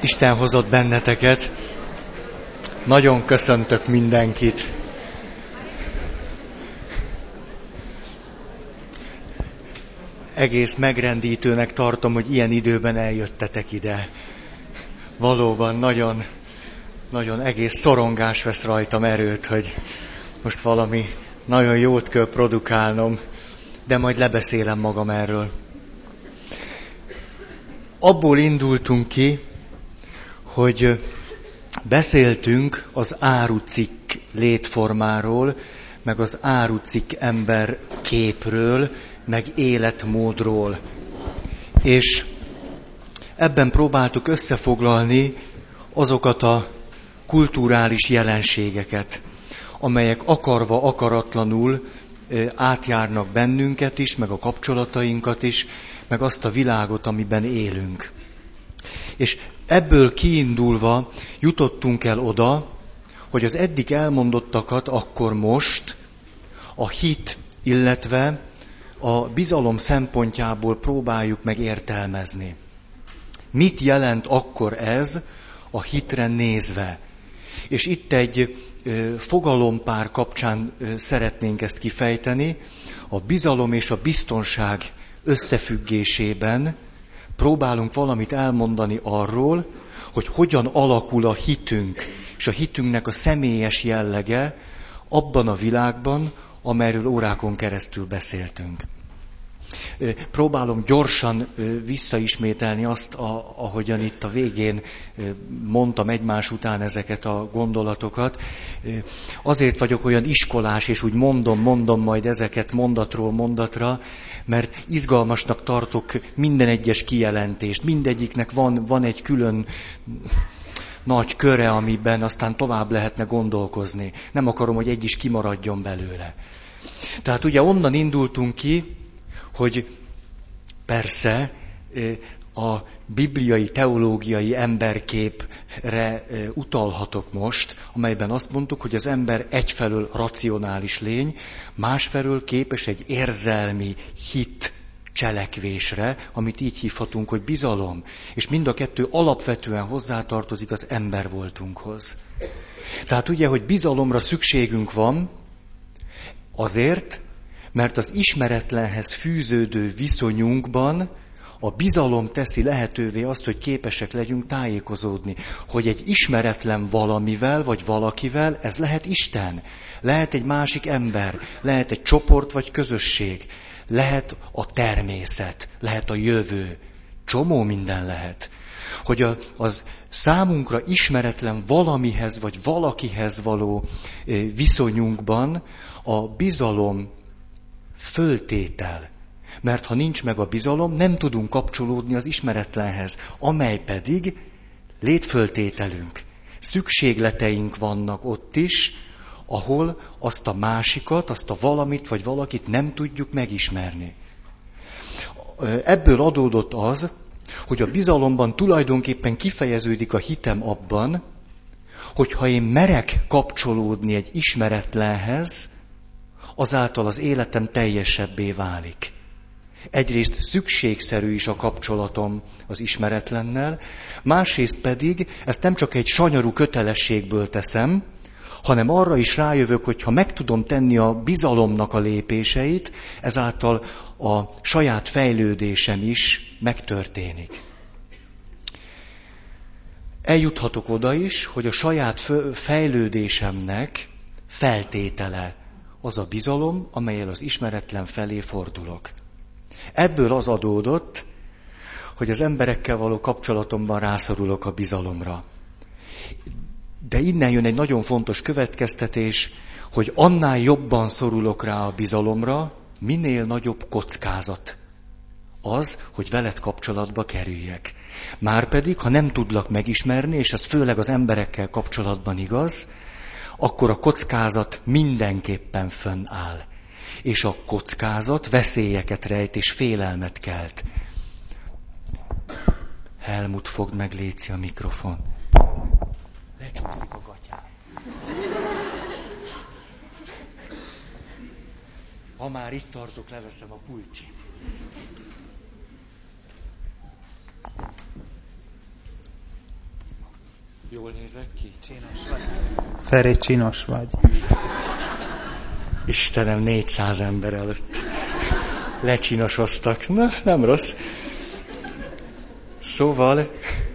Isten hozott benneteket. Nagyon köszöntök mindenkit. Egész megrendítőnek tartom, hogy ilyen időben eljöttetek ide. Valóban nagyon egész szorongás vesz rajtam erőt, hogy most valami nagyon jót kell produkálnom, de majd lebeszélem magam erről. Abból indultunk ki, hogy beszéltünk az árucikk létformáról, meg az árucikk ember képről, meg életmódról. És ebben próbáltuk összefoglalni azokat a kulturális jelenségeket, amelyek akarva, akaratlanul átjárnak bennünket is, meg a kapcsolatainkat is, meg azt a világot, amiben élünk. És ebből kiindulva jutottunk el oda, hogy az eddig elmondottakat akkor most a hit, illetve a bizalom szempontjából próbáljuk meg értelmezni. Mit jelent akkor ez a hitre nézve? És itt egy fogalompár kapcsán szeretnénk ezt kifejteni. A bizalom és a biztonság összefüggésében próbálunk valamit elmondani arról, hogy hogyan alakul a hitünk, és a hitünknek a személyes jellege abban a világban, amelyről órákon keresztül beszéltünk. Próbálom gyorsan visszaismételni azt, ahogyan itt a végén mondtam egymás után ezeket a gondolatokat. Azért vagyok olyan iskolás, és úgy mondom majd ezeket mondatról mondatra, mert izgalmasnak tartok minden egyes kijelentést. Mindegyiknek van egy külön nagy köre, amiben aztán tovább lehetne gondolkozni. Nem akarom, hogy egy is kimaradjon belőle. Tehát ugye onnan indultunk ki, hogy persze a bibliai, teológiai emberképre utalhatok most, amelyben azt mondtuk, hogy az ember egyfelől racionális lény, másfelől képes egy érzelmi hit cselekvésre, amit így hívhatunk, hogy bizalom. És mind a kettő alapvetően hozzátartozik az embervoltunkhoz. Tehát ugye, hogy bizalomra szükségünk van, azért, mert az ismeretlenhez fűződő viszonyunkban a bizalom teszi lehetővé azt, hogy képesek legyünk tájékozódni, hogy egy ismeretlen valamivel vagy valakivel, ez lehet Isten, lehet egy másik ember, lehet egy csoport vagy közösség, lehet a természet, lehet a jövő, csomó minden lehet. Hogy az számunkra ismeretlen valamihez vagy valakihez való viszonyunkban a bizalom föltétel. Mert ha nincs meg a bizalom, nem tudunk kapcsolódni az ismeretlenhez, amely pedig létföltételünk. Szükségleteink vannak ott is, ahol azt a másikat, azt a valamit vagy valakit nem tudjuk megismerni. Ebből adódott az, hogy a bizalomban tulajdonképpen kifejeződik a hitem abban, hogy ha én merek kapcsolódni egy ismeretlenhez, azáltal az életem teljesebbé válik. Egyrészt szükségszerű is a kapcsolatom az ismeretlennel, másrészt pedig ezt nem csak egy sanyarú kötelességből teszem, hanem arra is rájövök, hogy ha meg tudom tenni a bizalomnak a lépéseit, ezáltal a saját fejlődésem is megtörténik. Eljuthatok oda is, hogy a saját fejlődésemnek feltétele az a bizalom, amellyel az ismeretlen felé fordulok. Ebből az adódott, hogy az emberekkel való kapcsolatomban rászorulok a bizalomra. De innen jön egy nagyon fontos következtetés, hogy annál jobban szorulok rá a bizalomra, minél nagyobb kockázat az, hogy veled kapcsolatba kerüljek. Márpedig, ha nem tudlak megismerni, és ez főleg az emberekkel kapcsolatban igaz, akkor a kockázat mindenképpen fönnáll. És a kockázat veszélyeket rejt és félelmet kelt. Helmut, fogd meg, léci a mikrofon. Lecsúszik a gatyám. Ha már itt tartok, leveszem a pulcsit. Jól nézek ki? Csinos vagy. Feri, csinos vagy. Istenem, 400 ember előtt. Lecsinosoztak. Na, nem rossz. Szóval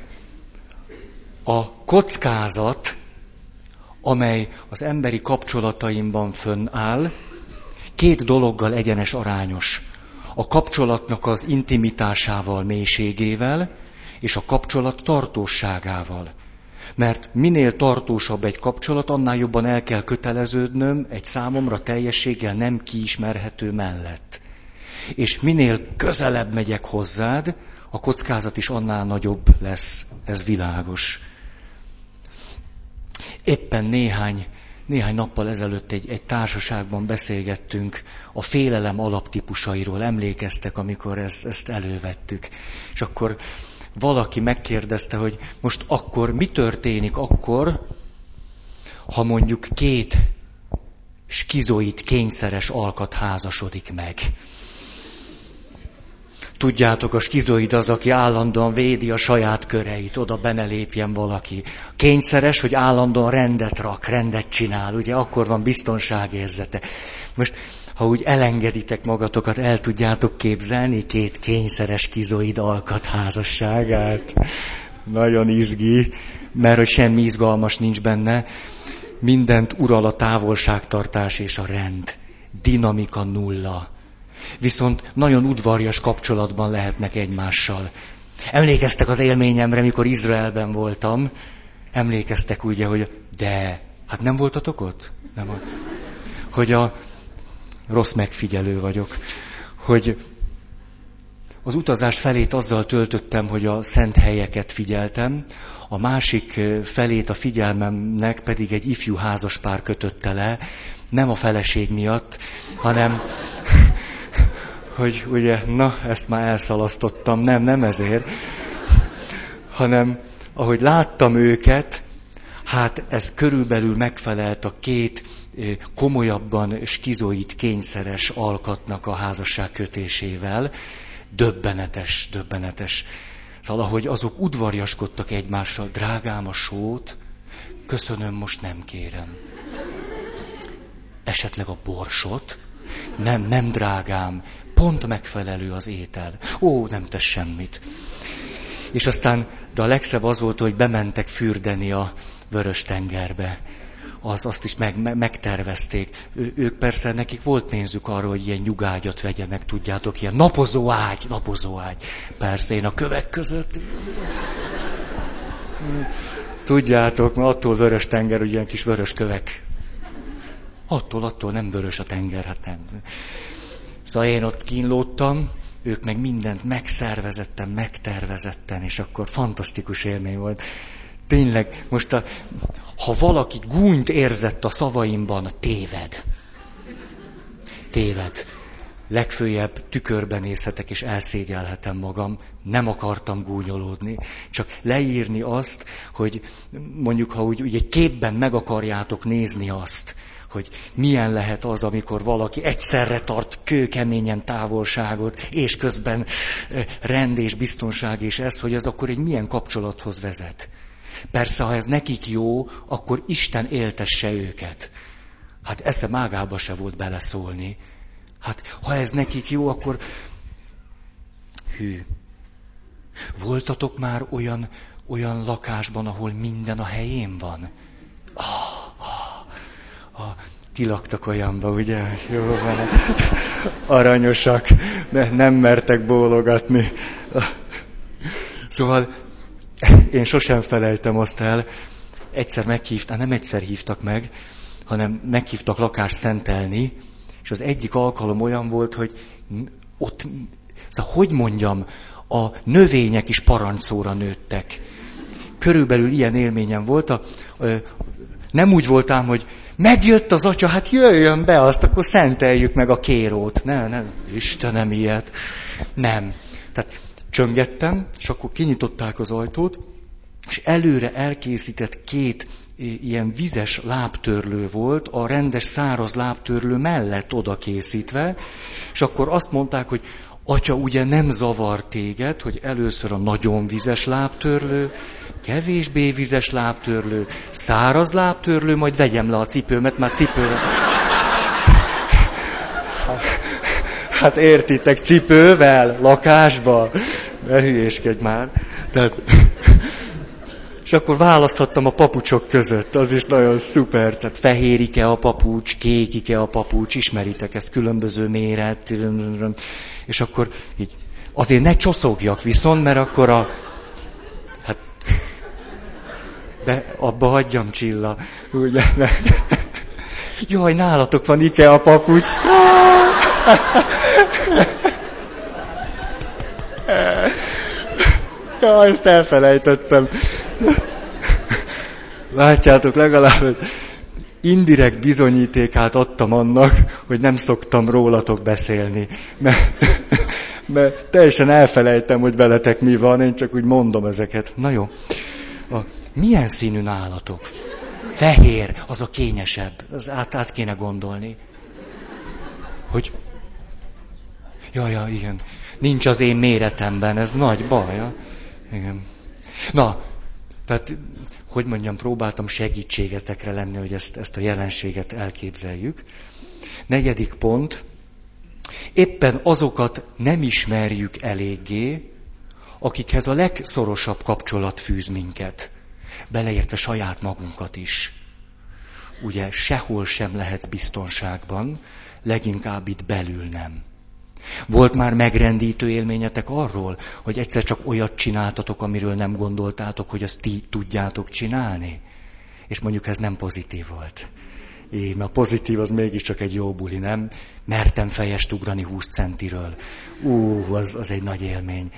a kockázat, amely az emberi kapcsolataimban fönnáll, két dologgal egyenes arányos. A kapcsolatnak az intimitásával, mélységével, és a kapcsolat tartósságával. Mert minél tartósabb egy kapcsolat, annál jobban el kell köteleződnöm egy számomra teljességgel nem kiismerhető mellett. És minél közelebb megyek hozzád, a kockázat is annál nagyobb lesz, ez világos. Éppen néhány nappal ezelőtt egy társaságban beszélgettünk a félelem alaptípusairól. Emlékeztek, amikor ezt elővettük. És akkor valaki megkérdezte, hogy most akkor mi történik akkor, ha mondjuk két skizoid kényszeres alkat házasodik meg. Tudjátok, a skizoid az, aki állandóan védi a saját köreit, oda benne lépjen valaki. Kényszeres, hogy állandóan rendet rak, rendet csinál, ugye, akkor van biztonságérzete. Most, ha úgy elengeditek magatokat, el tudjátok képzelni két kényszeres skizoid alkat házasságát? Nagyon izgi, mert hogy semmi izgalmas nincs benne. Mindent ural a távolságtartás és a rend. Dinamika nulla. Viszont nagyon udvarjas kapcsolatban lehetnek egymással. Emlékeztek az élményemre, mikor Izraelben voltam? Emlékeztek ugye, hogy hát nem voltatok ott? Nem. Hogy rossz megfigyelő vagyok. Hogy az utazás felét azzal töltöttem, hogy a szent helyeket figyeltem, a másik felét a figyelmemnek pedig egy ifjú házaspár kötötte le, nem a feleség miatt, hanem hogy ugye, ezt már elszalasztottam, nem ezért, hanem ahogy láttam őket, hát ez körülbelül megfelelt a két komolyabban skizoid kényszeres alkatnak a házasság kötésével. Döbbenetes. Szóval ahogy azok udvarjaskodtak egymással, drágám, a sót, köszönöm, most nem kérem. Esetleg a borsot? Nem, drágám, pont megfelelő az étel. Nem tesz semmit. És aztán, de a legszebb az volt, hogy bementek fürdeni a Vörös-tengerbe. Azt is megtervezték. Ők persze, nekik volt pénzük arra, hogy ilyen nyugágyat vegyenek, tudjátok, ilyen napozóágy. Persze, én a kövek között. Tudjátok, mert attól Vörös-tenger, hogy ilyen kis vörös kövek. Attól nem vörös a tenger, hát nem. Szóval én ott kínlódtam, ők meg mindent megtervezetten, és akkor fantasztikus élmény volt. Tényleg, most ha valaki gúnyt érzett a szavaimban, téved. Legfőjebb tükörben nézhetek, és elszégyelhetem magam. Nem akartam gúnyolódni. Csak leírni azt, hogy mondjuk, ha úgy egy képben meg akarjátok nézni azt, hogy milyen lehet az, amikor valaki egyszerre tart kőkeményen távolságot, és közben rend és biztonság, és ez, hogy ez akkor egy milyen kapcsolathoz vezet. Persze, ha ez nekik jó, akkor Isten éltesse őket. Hát eszem ágába se volt beleszólni. Hát, ha ez nekik jó, akkor... Voltatok már olyan lakásban, ahol minden a helyén van? Ti laktak olyanba, ugye? Jó van. Aranyosak. Nem mertek bólogatni. Szóval én sosem felejtem azt el. Nem egyszer hívtak meg, hanem meghívtak lakást szentelni, és az egyik alkalom olyan volt, hogy ott, szóval hogy mondjam, a növények is parancsszóra nőttek. Körülbelül ilyen élményem volt. Nem úgy voltam, hogy megjött az atya, hát jöjjön be, azt akkor szenteljük meg a kérót. Nem, Istenem, ilyet. Nem. Tehát csöngettem, és akkor kinyitották az ajtót, és előre elkészített két ilyen vizes lábtörlő volt, a rendes száraz lábtörlő mellett oda készítve, és akkor azt mondták, hogy atya, ugye nem zavar téged, hogy először a nagyon vizes lábtörlő, kevésbé vizes lábtörlő, száraz lábtörlő, majd vegyem le a cipőmet, már cipő. Hát értitek, cipővel, lakásba. Ne hülyéskedj már. Tehát... És akkor választhattam a papucsok között, az is nagyon szuper. Tehát fehérike a papucs, kékike a papucs, ismeritek ezt, különböző méret. És akkor így, azért ne csoszogjak viszont, mert akkor hát, de abba hagyjam, Csilla. Ugye, jaj, nálatok van IKEA papucs. Jaj, ezt elfelejtettem. Látjátok, legalább indirekt bizonyítékát adtam annak, hogy nem szoktam rólatok beszélni. Mert teljesen elfelejtem, hogy veletek mi van, én csak úgy mondom ezeket. Na jó. Milyen színű nálatok? Fehér, az a kényesebb. Az át kéne gondolni. Hogy? Jaj, igen. Nincs az én méretemben, ez nagy baj. Ja? Igen. Na, tehát, hogy mondjam, próbáltam segítségetekre lenni, hogy ezt a jelenséget elképzeljük. 4. pont. Éppen azokat nem ismerjük eléggé, akikhez a legszorosabb kapcsolat fűz minket. Beleértve saját magunkat is. Ugye sehol sem lehetsz biztonságban, leginkább itt belül nem. Volt már megrendítő élményetek arról, hogy egyszer csak olyat csináltatok, amiről nem gondoltátok, hogy azt ti tudjátok csinálni? És mondjuk ez nem pozitív volt. Mert a pozitív az mégiscsak egy jó buli, nem? Mertem fejest ugrani 20 centiről. Az egy nagy élmény.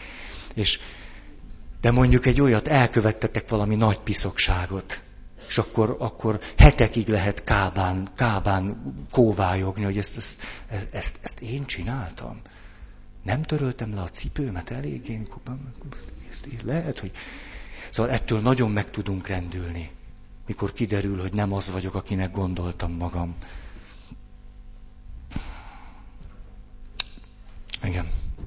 De mondjuk egy olyat, elkövettetek valami nagy piszokságot. És akkor hetekig lehet kábán kóvályogni, hogy ezt én csináltam. Nem töröltem le a cipőmet eléggé. Lehet, hogy... Szóval ettől nagyon meg tudunk rendülni, mikor kiderül, hogy nem az vagyok, akinek gondoltam magam. Igen.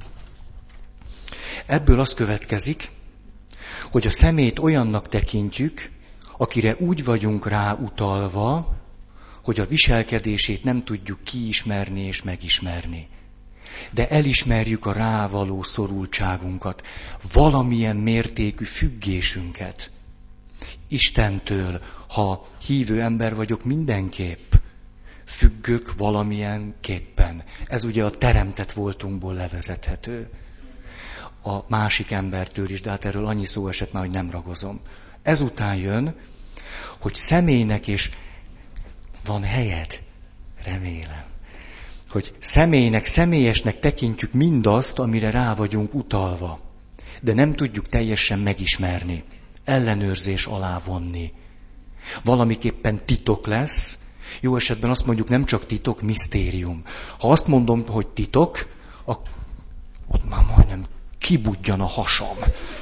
Ebből az következik, hogy a személyt olyannak tekintjük, akire úgy vagyunk ráutalva, hogy a viselkedését nem tudjuk kiismerni és megismerni. De elismerjük a rávaló szorultságunkat, valamilyen mértékű függésünket. Istentől, ha hívő ember vagyok, mindenképp függök valamilyen képpen. Ez ugye a teremtett voltunkból levezethető. A másik embertől is, de hát erről annyi szó esett már, hogy nem ragozom. Ezután jön, hogy személynek, és van helyed, remélem, hogy személyesnek tekintjük mindazt, amire rá vagyunk utalva, de nem tudjuk teljesen megismerni, ellenőrzés alá vonni. Valamiképpen titok lesz, jó esetben azt mondjuk nem csak titok, misztérium. Ha azt mondom, hogy titok, ott már majdnem kibudjan a hasam.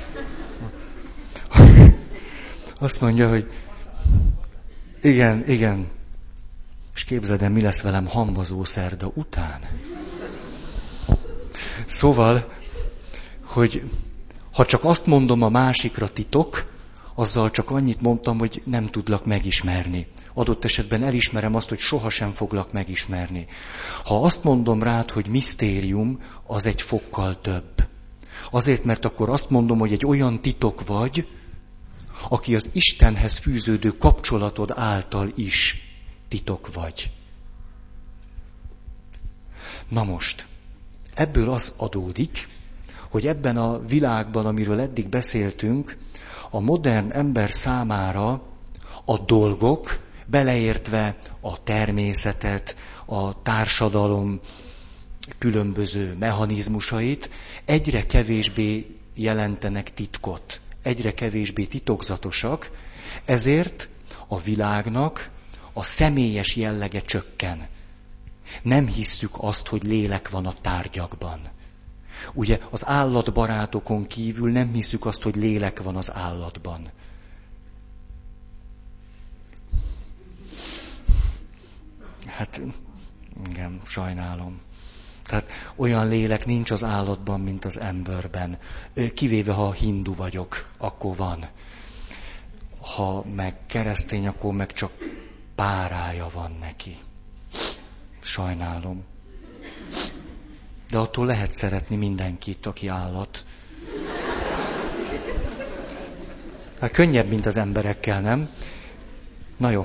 Azt mondja, hogy igen. És képzeld el, mi lesz velem hamvazó szerda után. Szóval, hogy ha csak azt mondom a másikra titok, azzal csak annyit mondtam, hogy nem tudlak megismerni. Adott esetben elismerem azt, hogy sohasem foglak megismerni. Ha azt mondom rád, hogy misztérium, az egy fokkal több. Azért, mert akkor azt mondom, hogy egy olyan titok vagy, aki az Istenhez fűződő kapcsolatod által is titok vagy. Na most, ebből az adódik, hogy ebben a világban, amiről eddig beszéltünk, a modern ember számára a dolgok, beleértve a természetet, a társadalom különböző mechanizmusait, egyre kevésbé jelentenek titkot, egyre kevésbé titokzatosak, ezért a világnak a személyes jellege csökken. Nem hisszük azt, hogy lélek van a tárgyakban. Ugye az állatbarátokon kívül nem hiszük azt, hogy lélek van az állatban. Hát, igen, sajnálom. Tehát olyan lélek nincs az állatban, mint az emberben. Kivéve, ha hindu vagyok, akkor van. ha meg keresztény, akkor meg csak párája van neki. Sajnálom. De attól lehet szeretni mindenkit, aki állat. Hát könnyebb, mint az emberekkel, nem? Na jó.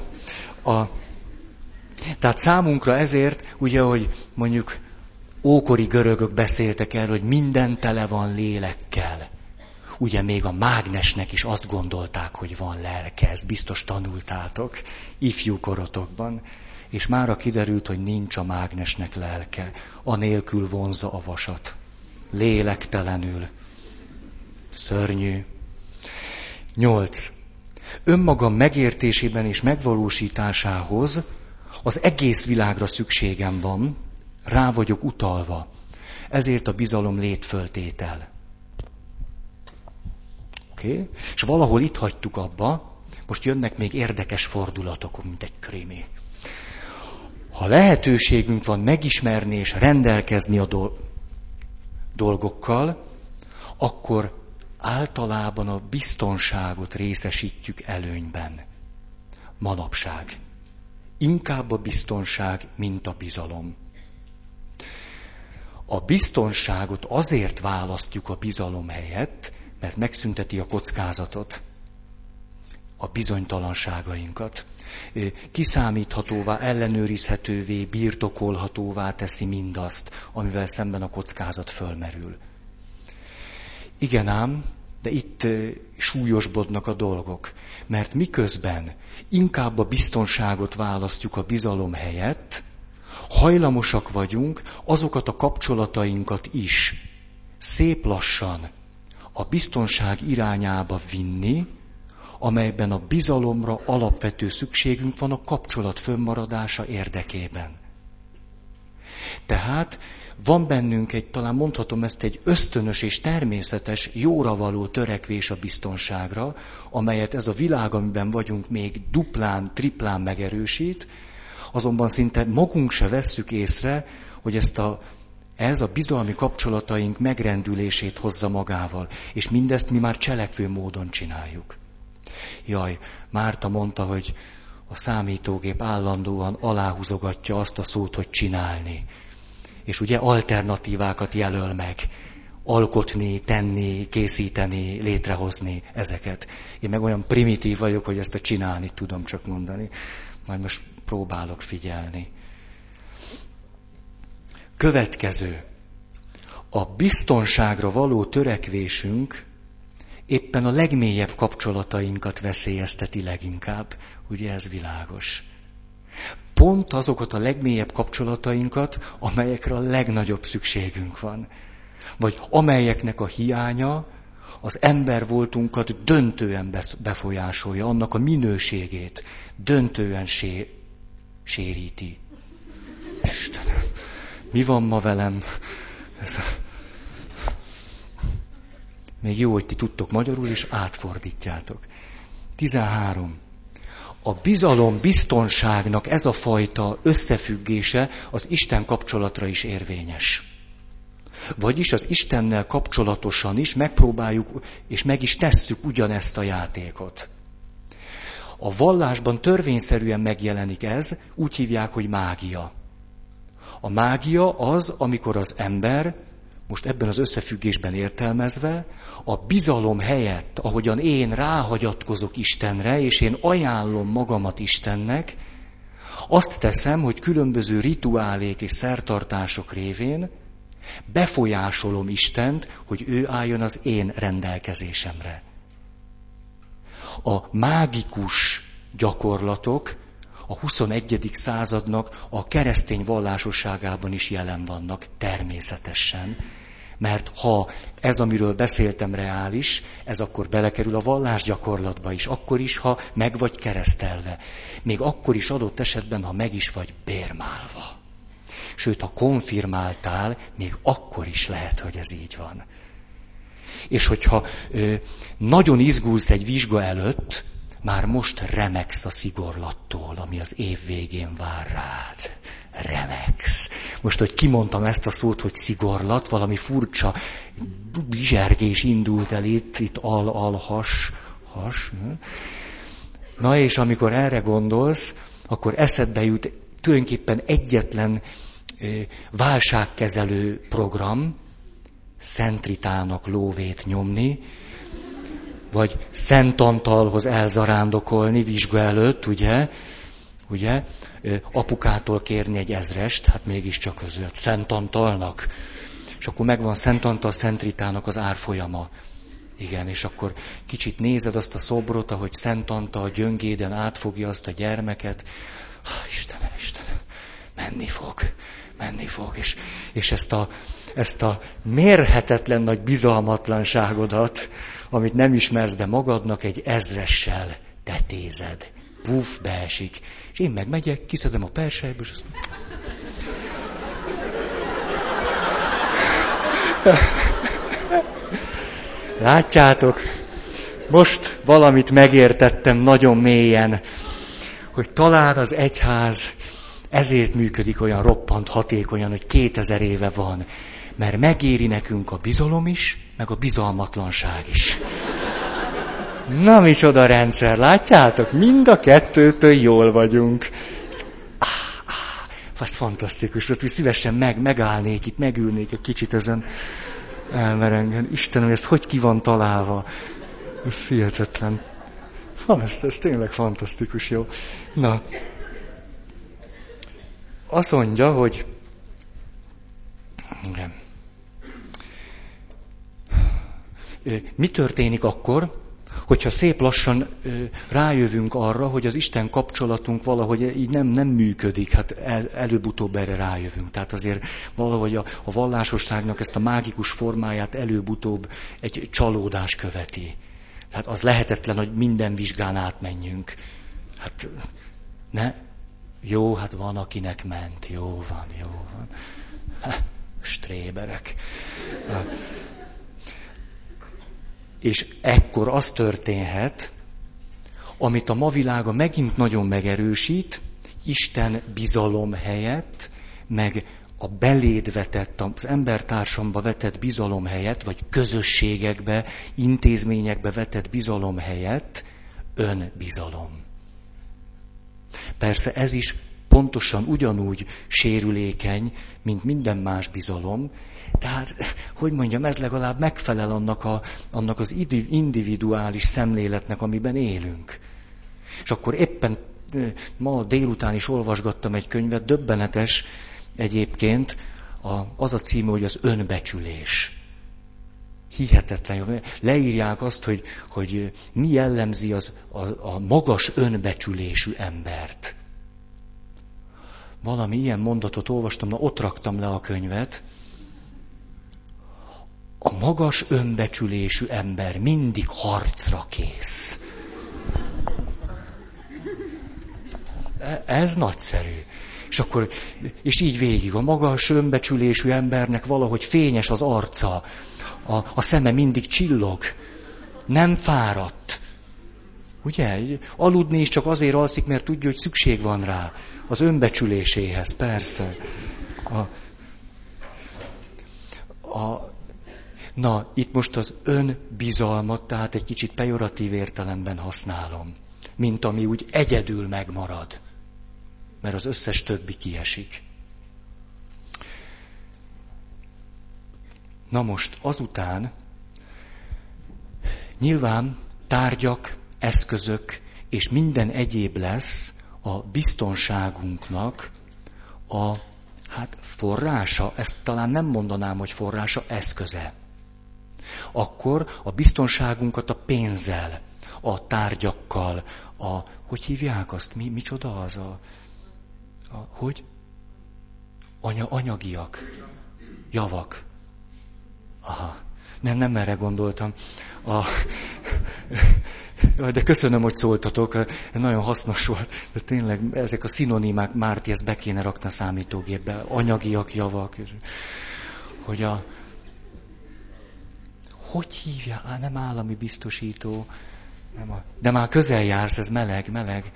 Tehát számunkra ezért, ugye, hogy mondjuk ókori görögök beszéltek erről, hogy minden tele van lélekkel. Ugye még a mágnesnek is azt gondolták, hogy van lelke, ezt biztos tanultátok ifjú korotokban. És mára kiderült, hogy nincs a mágnesnek lelke, anélkül vonzza a vasat. Lélektelenül. Szörnyű. 8. Önmagam megértésében és megvalósításához az egész világra szükségem van, rá vagyok utalva. Ezért a bizalom létföltétel. Okay? És valahol itt hagytuk abba, most jönnek még érdekes fordulatok, mint egy krimi. Ha lehetőségünk van megismerni és rendelkezni a dolgokkal, akkor általában a biztonságot részesítjük előnyben. Manapság. Inkább a biztonság, mint a bizalom. A biztonságot azért választjuk a bizalom helyett, mert megszünteti a kockázatot, a bizonytalanságainkat. Kiszámíthatóvá, ellenőrizhetővé, birtokolhatóvá teszi mindazt, amivel szemben a kockázat fölmerül. Igen ám, de itt súlyosbodnak a dolgok, mert miközben inkább a biztonságot választjuk a bizalom helyett, hajlamosak vagyunk azokat a kapcsolatainkat is szép lassan a biztonság irányába vinni, amelyben a bizalomra alapvető szükségünk van a kapcsolat fönnmaradása érdekében. Tehát van bennünk egy, talán mondhatom ezt, egy ösztönös és természetes, jóra való törekvés a biztonságra, amelyet ez a világ, amiben vagyunk, még duplán, triplán megerősít, azonban szinte magunk se vesszük észre, hogy ez a bizalmi kapcsolataink megrendülését hozza magával, és mindezt mi már cselekvő módon csináljuk. Jaj, Márta mondta, hogy a számítógép állandóan aláhúzogatja azt a szót, hogy csinálni. És ugye alternatívákat jelöl meg. Alkotni, tenni, készíteni, létrehozni ezeket. Én meg olyan primitív vagyok, hogy ezt a csinálni tudom csak mondani. Majd most próbálok figyelni. Következő. A biztonságra való törekvésünk éppen a legmélyebb kapcsolatainkat veszélyezteti leginkább. Ugye ez világos. Pont azokat a legmélyebb kapcsolatainkat, amelyekre a legnagyobb szükségünk van. Vagy amelyeknek a hiánya az embervoltunkat döntően befolyásolja, annak a minőségét döntően séríti. Istenem, mi van ma velem? Még jó, hogy ti tudtok magyarul, és átfordítjátok. 13. A bizalom, biztonságnak ez a fajta összefüggése az Isten kapcsolatra is érvényes. Vagyis az Istennel kapcsolatosan is megpróbáljuk, és meg is tesszük ugyanezt a játékot. A vallásban törvényszerűen megjelenik ez, úgy hívják, hogy mágia. A mágia az, amikor az ember, most ebben az összefüggésben értelmezve, a bizalom helyett, ahogyan én ráhagyatkozok Istenre, és én ajánlom magamat Istennek, azt teszem, hogy különböző rituálék és szertartások révén befolyásolom Istent, hogy ő álljon az én rendelkezésemre. A mágikus gyakorlatok a 21. századnak a keresztény vallásosságában is jelen vannak, természetesen. Mert ha ez, amiről beszéltem, reális, ez akkor belekerül a vallásgyakorlatba is, akkor is, ha meg vagy keresztelve. Még akkor is adott esetben, ha meg is vagy bérmálva. Sőt, ha konfirmáltál, még akkor is lehet, hogy ez így van. És hogyha nagyon izgulsz egy vizsga előtt, már most remegsz a szigorlattól, ami az év végén vár rád. Remegsz. Most, hogy kimondtam ezt a szót, hogy szigorlat, valami furcsa zsergés indult el itt has. Na és amikor erre gondolsz, akkor eszedbe jut tulajdonképpen egyetlen válságkezelő program, Szent Ritának lóvét nyomni, vagy Szent Antalhoz elzarándokolni vizsga előtt, ugye, apukától kérni egy ezrest, hát mégiscsak az Szent Antalnak. És akkor megvan Szent Antal, Szent Ritának az árfolyama. Igen, és akkor kicsit nézed azt a szobrot, ahogy Szent Antal gyöngéden átfogja azt a gyermeket. Istenem, menni fog. És ezt a mérhetetlen nagy bizalmatlanságodat, amit nem ismersz be magadnak, egy ezressel tetézed. Puff, beesik. És én meg megyek, kiszedem a persejből, és azt... Látjátok, most valamit megértettem nagyon mélyen, hogy talán az egyház ezért működik olyan roppant hatékonyan, hogy 2000 éve van, mert megéri nekünk a bizalom is, meg a bizalmatlanság is. Na, micsoda rendszer, látjátok? Mind a kettőtől jól vagyunk. Ez fantasztikus, hogy szívesen megállnék itt, megülnék egy kicsit ezen elmerengen. Istenem, ez hogy ki van találva? Ez hihetetlen. Ez tényleg fantasztikus, jó. Na, azt mondja, hogy mi történik akkor, hogyha szép lassan rájövünk arra, hogy az Isten kapcsolatunk valahogy így nem működik, hát előbb-utóbb erre rájövünk. Tehát azért valahogy a vallásosságnak ezt a mágikus formáját előbb-utóbb egy csalódás követi. Tehát az lehetetlen, hogy minden vizsgán átmenjünk. Hát ne? Jó, hát van, akinek ment. Jó van. Stréberek. És ekkor az történhet, amit a ma világa megint nagyon megerősít, Isten bizalom helyett, meg a beléd vetett, az embertársamba vetett bizalom helyett, vagy közösségekbe, intézményekbe vetett bizalom helyett önbizalom. Persze ez is pontosan ugyanúgy sérülékeny, mint minden más bizalom, tehát, hogy mondjam, ez legalább megfelel annak az individuális szemléletnek, amiben élünk. És akkor éppen ma délután is olvasgattam egy könyvet, döbbenetes egyébként, az a címe, hogy az önbecsülés. Hihetetlen. Leírják azt, hogy mi jellemzi a magas önbecsülésű embert. Valami ilyen mondatot olvastam, ott raktam le a könyvet. A magas önbecsülésű ember mindig harcra kész. Ez nagyszerű. És így végig, a magas önbecsülésű embernek valahogy fényes az arca, a szeme mindig csillog, nem fáradt. Ugye? Aludni is csak azért alszik, mert tudja, hogy szükség van rá. Az önbecsüléséhez, persze. Na, itt most az önbizalmat, tehát egy kicsit pejoratív értelemben használom. Mint ami úgy egyedül megmarad. Mert az összes többi kiesik. Na most azután nyilván tárgyak, eszközök és minden egyéb lesz a biztonságunknak a forrása, ezt talán nem mondanám, hogy forrása, eszköze. Akkor a biztonságunkat a pénzzel, a tárgyakkal, hogy hívják azt? Micsoda az hogy? Anyagiak. Javak. Aha. Nem erre gondoltam. De köszönöm, hogy szóltatok, nagyon hasznos volt. De tényleg ezek a szinonimák, Márti, ezt be kéne rakni a számítógépbe. Anyagiak, javak. Hogy hívja? Nem állami biztosító. De már közel jársz, ez meleg.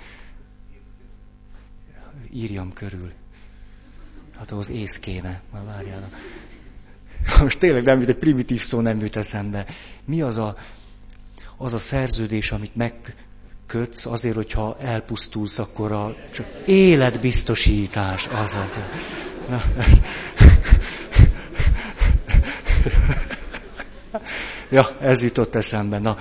Írjam körül. Hát ahhoz ész kéne. Már várjál. Most tényleg nem, egy primitív szó nem jut eszembe. Mi az a szerződés, amit működsz, azért, hogyha elpusztulsz, akkor csak életbiztosítás, azaz. Ja, ez jutott eszembe. Na.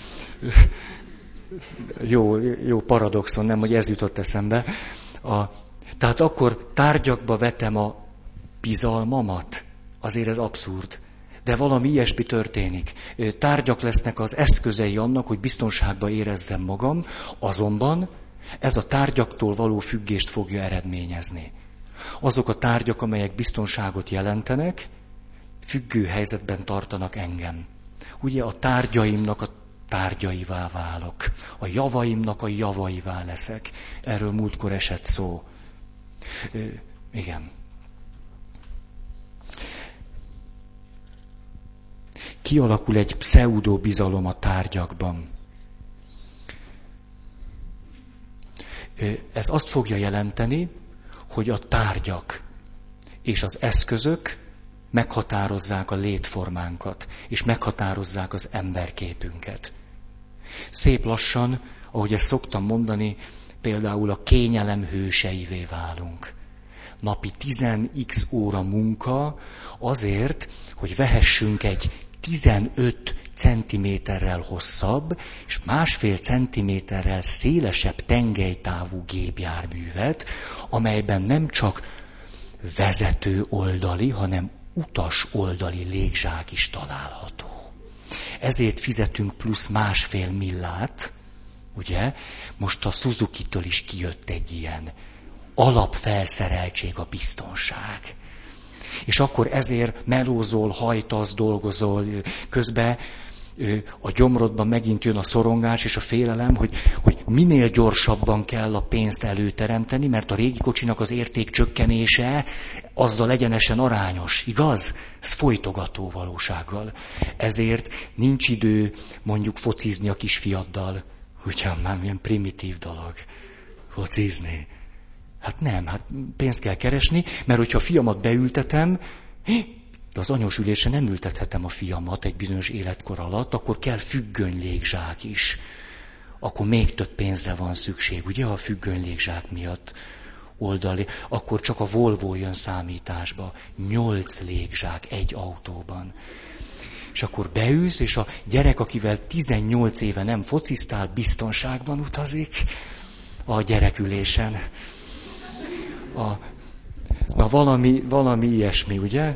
Jó paradoxon, nem, hogy ez jutott eszembe. Tehát akkor tárgyakba vetem a bizalmamat? Azért ez abszurd. De valami ilyesmi történik. Tárgyak lesznek az eszközei annak, hogy biztonságban érezzem magam, azonban ez a tárgyaktól való függést fogja eredményezni. Azok a tárgyak, amelyek biztonságot jelentenek, függő helyzetben tartanak engem. Ugye a tárgyaimnak a tárgyaivá válok. A javaimnak a javaivá leszek. Erről múltkor esett szó. Igen. Kialakul egy pseudo-bizalom a tárgyakban. Ez azt fogja jelenteni, hogy a tárgyak és az eszközök meghatározzák a létformánkat, és meghatározzák az emberképünket. Szép lassan, ahogy ezt szoktam mondani, például a kényelem hőseivé válunk. Napi 10x óra munka azért, hogy vehessünk egy 15 centiméterrel hosszabb és 1,5 centiméterrel szélesebb tengelytávú gépjárművet, amelyben nem csak vezető oldali, hanem utas oldali légzsák is található. Ezért fizetünk plusz 1,5 millát, ugye? Most a Suzuki-től is kijött egy ilyen alapfelszereltség, a biztonság. És akkor ezért melózol, hajtasz, dolgozol, közben a gyomrodban megint jön a szorongás és a félelem, hogy minél gyorsabban kell a pénzt előteremteni, mert a régi kocsinak az érték csökkenése azzal egyenesen arányos, igaz? Ez folytogató valósággal. Ezért nincs idő mondjuk focizni a kisfiaddal. Ugyan már milyen primitív dolog. Focizni. Hát nem, pénzt kell keresni, mert hogyha a fiamat beültetem, de az anyós ülésen nem ültethetem a fiamat egy bizonyos életkor alatt, akkor kell függöny légzsák is. Akkor még több pénzre van szükség, ugye, a függöny légzsák miatt oldali. Akkor csak a Volvo jön számításba. 8 légzsák egy autóban. És akkor beülsz, és a gyerek, akivel 18 éve nem fociztál, biztonságban utazik a gyerekülésen. Na valami ilyesmi, ugye?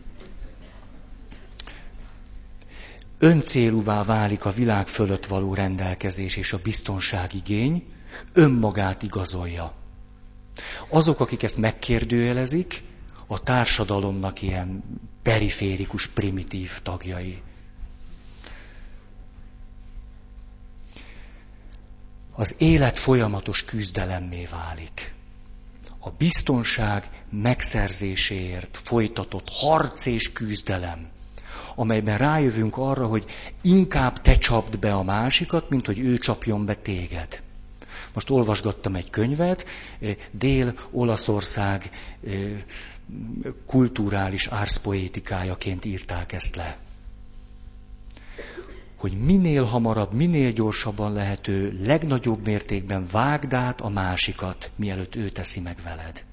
Öncélúvá válik a világ fölött való rendelkezés és a biztonságigény, önmagát igazolja. Azok, akik ezt megkérdőjelezik, a társadalomnak ilyen periférikus, primitív tagjai. Az élet folyamatos küzdelemmé válik. A biztonság megszerzéséért folytatott harc és küzdelem, amelyben rájövünk arra, hogy inkább te csapd be a másikat, mint hogy ő csapjon be téged. Most olvasgattam egy könyvet, Dél-Olaszország kulturális árszpoétikájaként írták ezt le. Hogy minél hamarabb, minél gyorsabban lehető, legnagyobb mértékben vágd át a másikat, mielőtt ő teszi meg veled.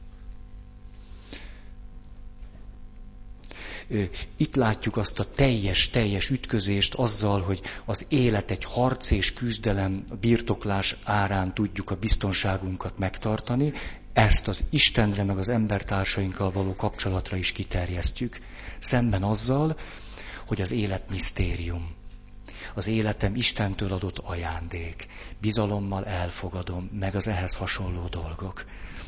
Itt látjuk azt a teljes ütközést azzal, hogy az élet egy harc és küzdelem, birtoklás árán tudjuk a biztonságunkat megtartani, ezt az Istenre meg az embertársainkkal való kapcsolatra is kiterjesztjük. Szemben azzal, hogy az élet misztérium. Az életem Istentől adott ajándék. Bizalommal elfogadom, meg az ehhez hasonló dolgok.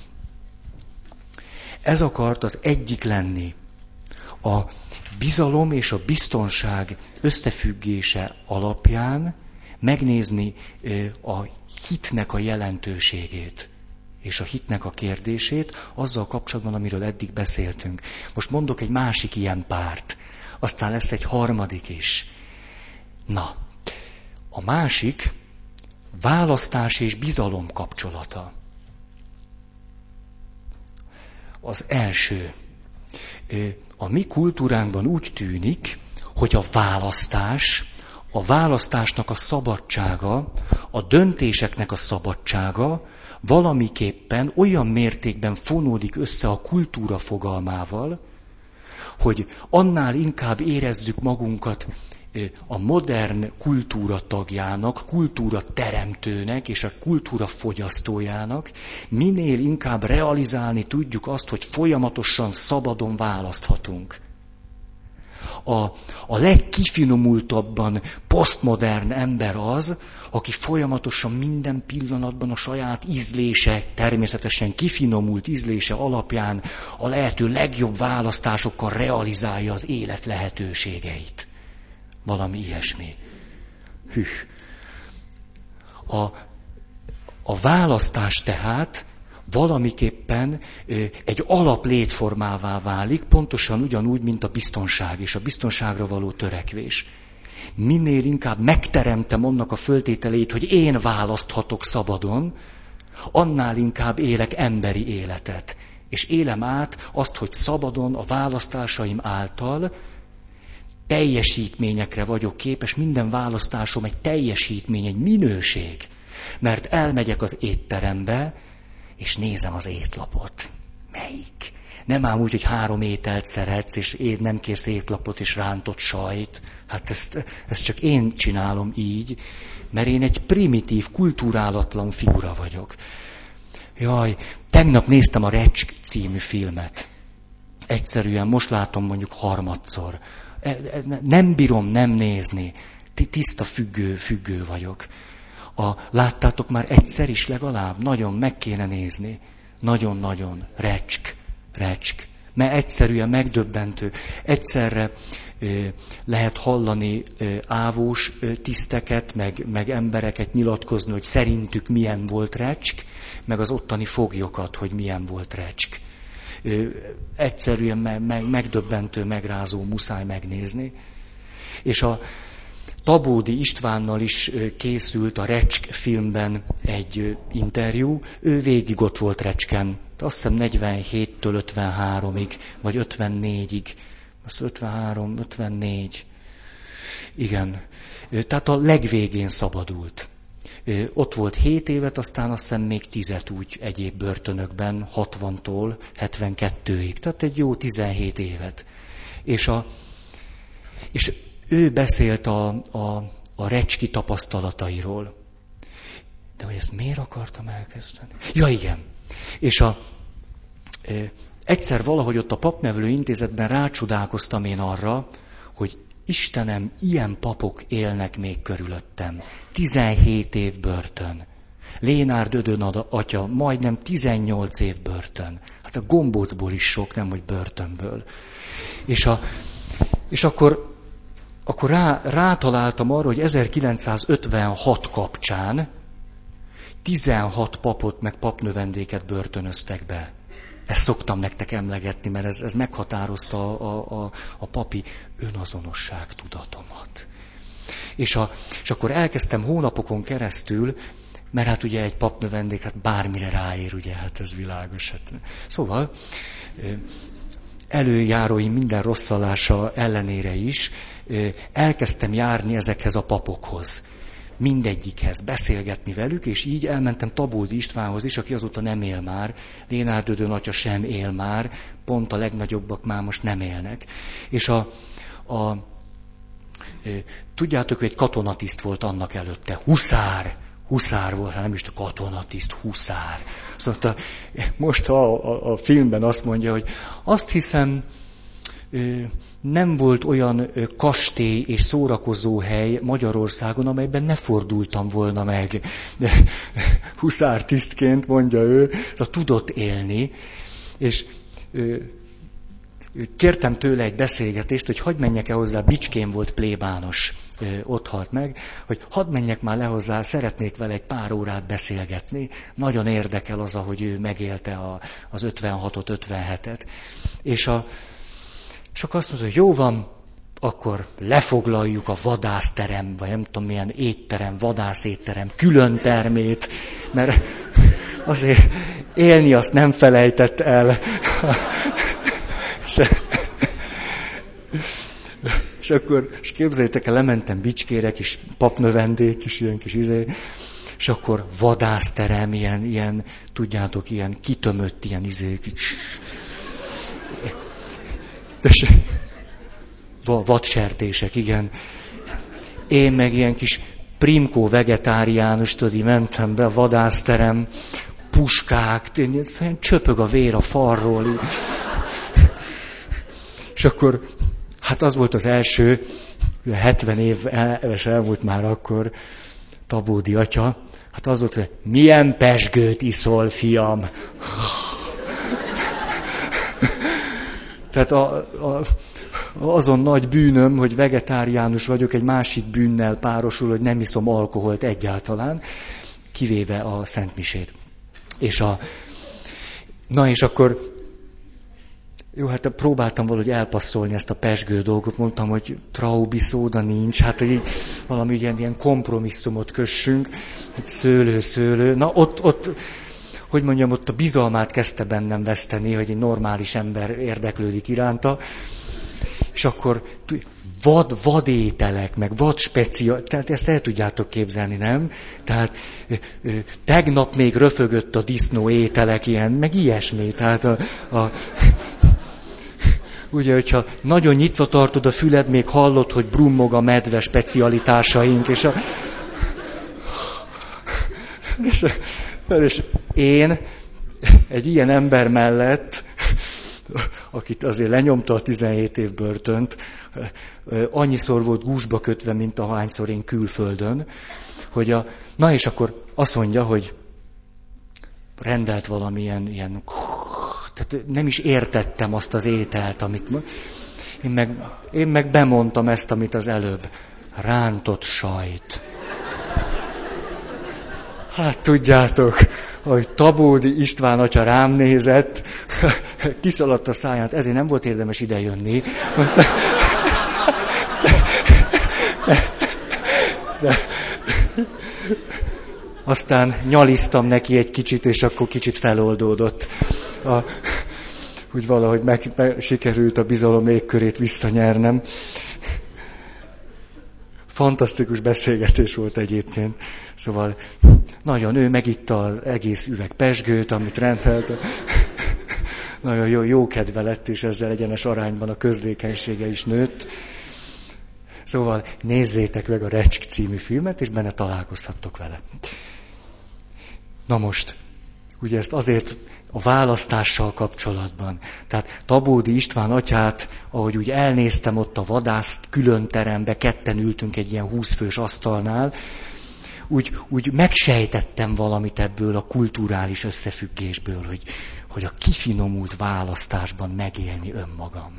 Ez akart az egyik lenni. A bizalom és a biztonság összefüggése alapján megnézni a hitnek a jelentőségét és a hitnek a kérdését azzal kapcsolatban, amiről eddig beszéltünk. Most mondok egy másik ilyen párt, aztán lesz egy harmadik is. Na, a másik választás és bizalom kapcsolata. Az első. A mi kultúránkban úgy tűnik, hogy a választás a választásnak a szabadsága, a döntéseknek a szabadsága valamiképpen olyan mértékben fonódik össze a kultúra fogalmával, hogy annál inkább érezzük magunkat a modern kultúra tagjának, kultúra teremtőnek és a kultúra fogyasztójának, minél inkább realizálni tudjuk azt, hogy folyamatosan szabadon választhatunk. A legkifinomultabban posztmodern ember az, aki folyamatosan minden pillanatban a saját ízlése, természetesen kifinomult ízlése alapján a lehető legjobb választásokkal realizálja az élet lehetőségeit. Valami ilyesmi. Hű. A választás tehát valamiképpen egy alaplétformává válik, pontosan ugyanúgy, mint a biztonság és a biztonságra való törekvés. Minél inkább megteremtem annak a föltételét, hogy én választhatok szabadon, annál inkább élek emberi életet. És élem át azt, hogy szabadon a választásaim által teljesítményekre vagyok képes, minden választásom egy teljesítmény, egy minőség. Mert elmegyek az étterembe, és nézem az étlapot. Melyik? Nem ám úgy, hogy 3 ételt szeretsz, és nem kérsz étlapot és rántott sajt. Hát ezt csak én csinálom így, mert én egy primitív, kulturálatlan figura vagyok. Jaj, tegnap néztem a Recsk című filmet. Egyszerűen most látom mondjuk harmadszor. Nem bírom nem nézni. Tiszta függő vagyok. Láttátok már egyszer is legalább? Nagyon meg kéne nézni. Nagyon-nagyon. Recsk. Mert egyszerűen megdöbbentő. Egyszerre lehet hallani ávós tiszteket, meg embereket nyilatkozni, hogy szerintük milyen volt Recsk, meg az ottani foglyokat, hogy milyen volt Recsk. Egyszerűen megdöbbentő, megrázó, muszáj megnézni. És a Tabódi Istvánnal is készült a Recsk filmben egy interjú. Ő végig ott volt Recsken. Azt hiszem 47-től 53-ig, vagy 54-ig. Az 53, 54. Igen. Tehát a legvégén szabadult. Ott volt 7 évet, aztán azt hiszem még 10 úgy egyéb börtönökben, 60-tól 72-ig. Tehát egy jó 17 évet. És ő beszélt a recski tapasztalatairól. De hogy ezt miért akartam elkezdeni? Ja, igen. És egyszer valahogy ott a Papnevelő Intézetben rácsodálkoztam én arra, hogy Istenem, ilyen papok élnek még körülöttem. 17 év börtön. Lénárd Ödön atya, majdnem 18 év börtön. Hát a gombócból is sok, nem hogy börtönből. És akkor rátaláltam arra, hogy 1956 kapcsán 16 papot meg papnövendéket börtönöztek be. Ezt szoktam nektek emlegetni, mert ez meghatározta a papi önazonosság tudatomat. És akkor elkezdtem hónapokon keresztül, mert hát ugye egy papnövendék hát bármire ráér, ugye, hát ez világos. Hát. Szóval előjáróim minden rosszallása ellenére is elkezdtem járni ezekhez a papokhoz. Mindegyikhez, beszélgetni velük, és így elmentem Tabódi Istvánhoz is, aki azóta nem él már, Lénárd Ödön atya sem él már, pont a legnagyobbak már most nem élnek. És tudjátok, hogy egy katonatiszt volt annak előtte, huszár volt, nem is a katonatiszt, huszár. Szóval most a filmben azt mondja, hogy azt hiszem, nem volt olyan kastély és szórakozó hely Magyarországon, amelyben ne fordultam volna meg. De huszártisztként, mondja ő, tudott élni, és kértem tőle egy beszélgetést, hogy hadd menjek el hozzá, Bicskén volt plébános, ott halt meg, hogy hadd menjek már le hozzá, szeretnék vele egy pár órát beszélgetni. Nagyon érdekel az, ahogy ő megélte az 56-ot, 57-et. És akkor azt mondta, hogy jó van, akkor lefoglaljuk a vadászterem, vagy nem tudom milyen étterem, vadászétterem külön termét, mert azért élni azt nem felejtett el. és képzeljétek el, lementem Bicskére, kis papnövendék, kis ilyen kis és akkor vadászterem, ilyen, tudjátok, ilyen kitömött, ilyen vadsertések, igen. Én meg ilyen kis primkó vegetáriánus, tudod, így mentem be a vadászterem, puskák, szóval csöpög a vér a falról. Így. És akkor, hát az volt az első, 70 éves elmúlt már akkor, Tabódi atya, hát az volt, hogy milyen pezsgőt iszol, fiam. Tehát azon nagy bűnöm, hogy vegetáriánus vagyok, egy másik bűnnel párosul, hogy nem iszom alkoholt egyáltalán, kivéve a szentmisét. És akkor, jó, hát próbáltam valahogy elpasszolni ezt a pezsgő dolgot, mondtam, hogy traubi szóda nincs, hát hogy így valami ilyen kompromisszumot kössünk, szőlő. Na ott, hogy mondjam, ott a bizalmát kezdte bennem veszteni, hogy egy normális ember érdeklődik iránta, és akkor vadételek, meg tehát ezt el tudjátok képzelni, nem? Tehát tegnap még röfögött a disznó ételek, ilyen, meg ilyesmi, tehát ugye, hogyha nagyon nyitva tartod a füled, még hallod, hogy brummog a medve specialitásaink, és én egy ilyen ember mellett, akit azért lenyomta a 17 év börtönt, annyiszor volt gúzsba kötve, mint ahányszor én külföldön, hogy na és akkor azt mondja, hogy rendelt valamilyen tehát nem is értettem azt az ételt, amit én meg bemondtam ezt, amit az előbb. Rántott sajt. Hát tudjátok, hogy Tabódi István atya rám nézett, kiszaladt a száját, ezért nem volt érdemes idejönni. De aztán nyaliztam neki egy kicsit, és akkor kicsit feloldódott. Úgy valahogy sikerült a bizalom légkörét visszanyernem. Fantasztikus beszélgetés volt egyébként. Szóval nagyon ő megitta az egész üveg pezsgőt, amit rendelt. Nagyon jó kedve lett, és ezzel egyenes arányban a közlékenysége is nőtt. Szóval nézzétek meg a Recsk című filmet, és benne találkozhattok vele. Na most, ugye ezt azért a választással kapcsolatban. Tehát Tabódi István atyát, ahogy úgy elnéztem ott a vadász külön terembe, ketten ültünk egy ilyen 20 fős asztalnál, úgy megsejtettem valamit ebből a kulturális összefüggésből, hogy a kifinomult választásban megélni önmagam.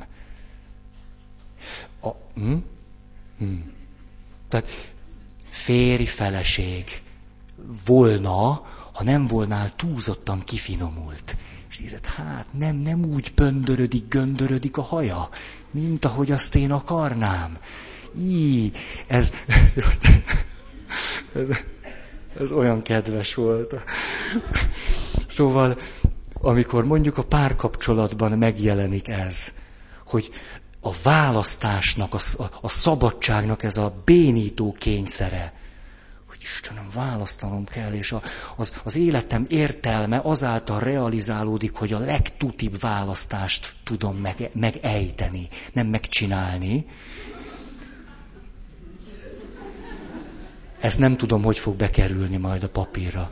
Tehát férj-feleség volna, ha nem volnál túlzottan kifinomult. És nézed, hát nem úgy pöndörödik, göndörödik a haja, mint ahogy azt én akarnám. Ez olyan kedves volt. Szóval, amikor mondjuk a párkapcsolatban megjelenik ez, hogy a választásnak, a szabadságnak ez a bénító kényszere, hogy Istenem, választanom kell, és az életem értelme azáltal realizálódik, hogy a legtutibb választást tudom megejteni, nem megcsinálni. Ezt nem tudom, hogy fog bekerülni majd a papírra.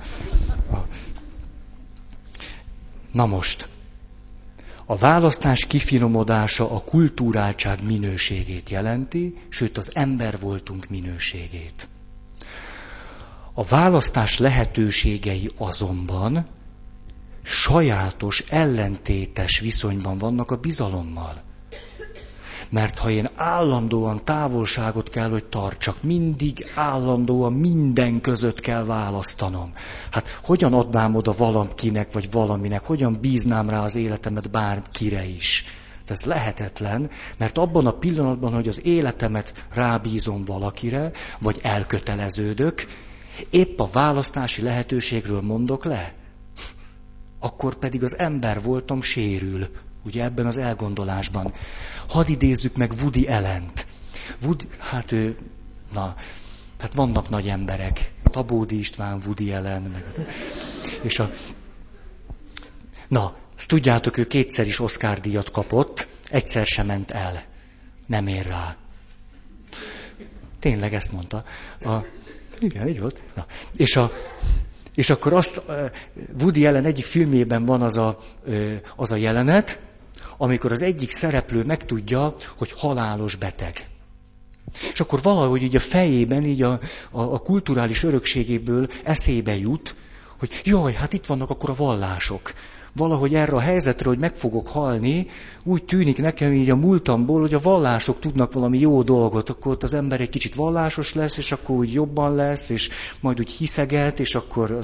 Na most, a választás kifinomodása a kulturáltság minőségét jelenti, sőt az ember voltunk minőségét. A választás lehetőségei azonban sajátos, ellentétes viszonyban vannak a bizalommal. Mert ha én állandóan távolságot kell, hogy tartsak, mindig állandóan minden között kell választanom. Hát hogyan adnám oda valakinek, vagy valaminek, hogyan bíznám rá az életemet bárkire is? Ez lehetetlen, mert abban a pillanatban, hogy az életemet rábízom valakire, vagy elköteleződök, épp a választási lehetőségről mondok le. Akkor pedig az ember voltam sérül, ugye ebben az elgondolásban. Hadd idézzük meg Woody Allent. Tehát vannak nagy emberek. Tabódi István, Woody Allen. Azt tudjátok, ő 2-szer is Oscar-díjat kapott, egyszer sem ment el. Nem ér rá. Tényleg ezt mondta. Igen, így volt. És akkor Woody Allen egyik filmjében van az a jelenet, amikor az egyik szereplő megtudja, hogy halálos beteg. És akkor valahogy így a fejében, így a kulturális örökségéből eszébe jut, hogy jaj, hát itt vannak akkor a vallások. Valahogy erre a helyzetre, hogy meg fogok halni, úgy tűnik nekem így a múltamból, hogy a vallások tudnak valami jó dolgot, akkor ott az ember egy kicsit vallásos lesz, és akkor úgy jobban lesz, és majd úgy hiszeget, és akkor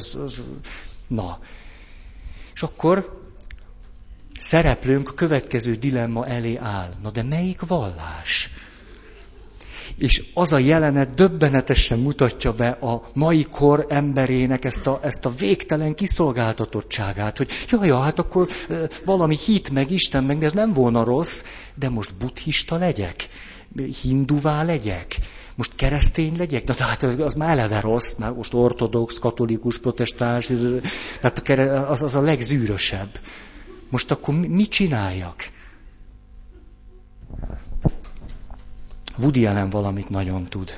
És akkor szereplőnk a következő dilemma elé áll. Na de melyik vallás? És az a jelenet döbbenetesen mutatja be a mai kor emberének ezt a végtelen kiszolgáltatottságát, hogy hát akkor valami hit meg Isten meg, ez nem volna rossz, de most buddhista legyek, hinduvá legyek, most keresztény legyek, de hát az már eleve rossz, már most ortodox, katolikus, protestáns, hát az a legzűrösebb. Most akkor mit csináljak? Woody Allen valamit nagyon tud.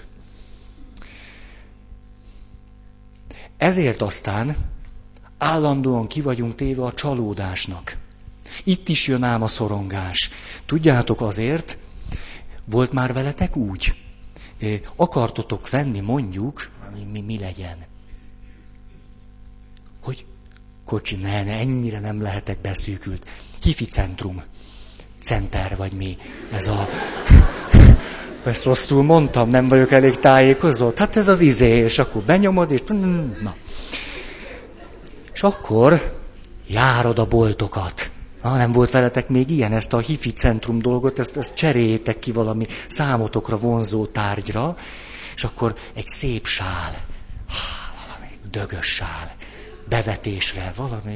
Ezért aztán állandóan ki vagyunk téve a csalódásnak. Itt is jön ám a szorongás. Tudjátok azért, volt már veletek úgy? Akartotok venni mondjuk, mi legyen? Hogy kocsi, ne, ennyire nem lehetek beszűkült. Hifi centrum. Center vagy mi? Ez a... Ezt rosszul mondtam, nem vagyok elég tájékozott. Hát ez az és akkor benyomod, és... És akkor járod a boltokat. Nem volt veletek még ilyen, ezt a hifi centrum dolgot, ezt cseréljétek ki valami számotokra vonzó tárgyra, és akkor egy szép sál, valami dögös sál, bevetésre, valami...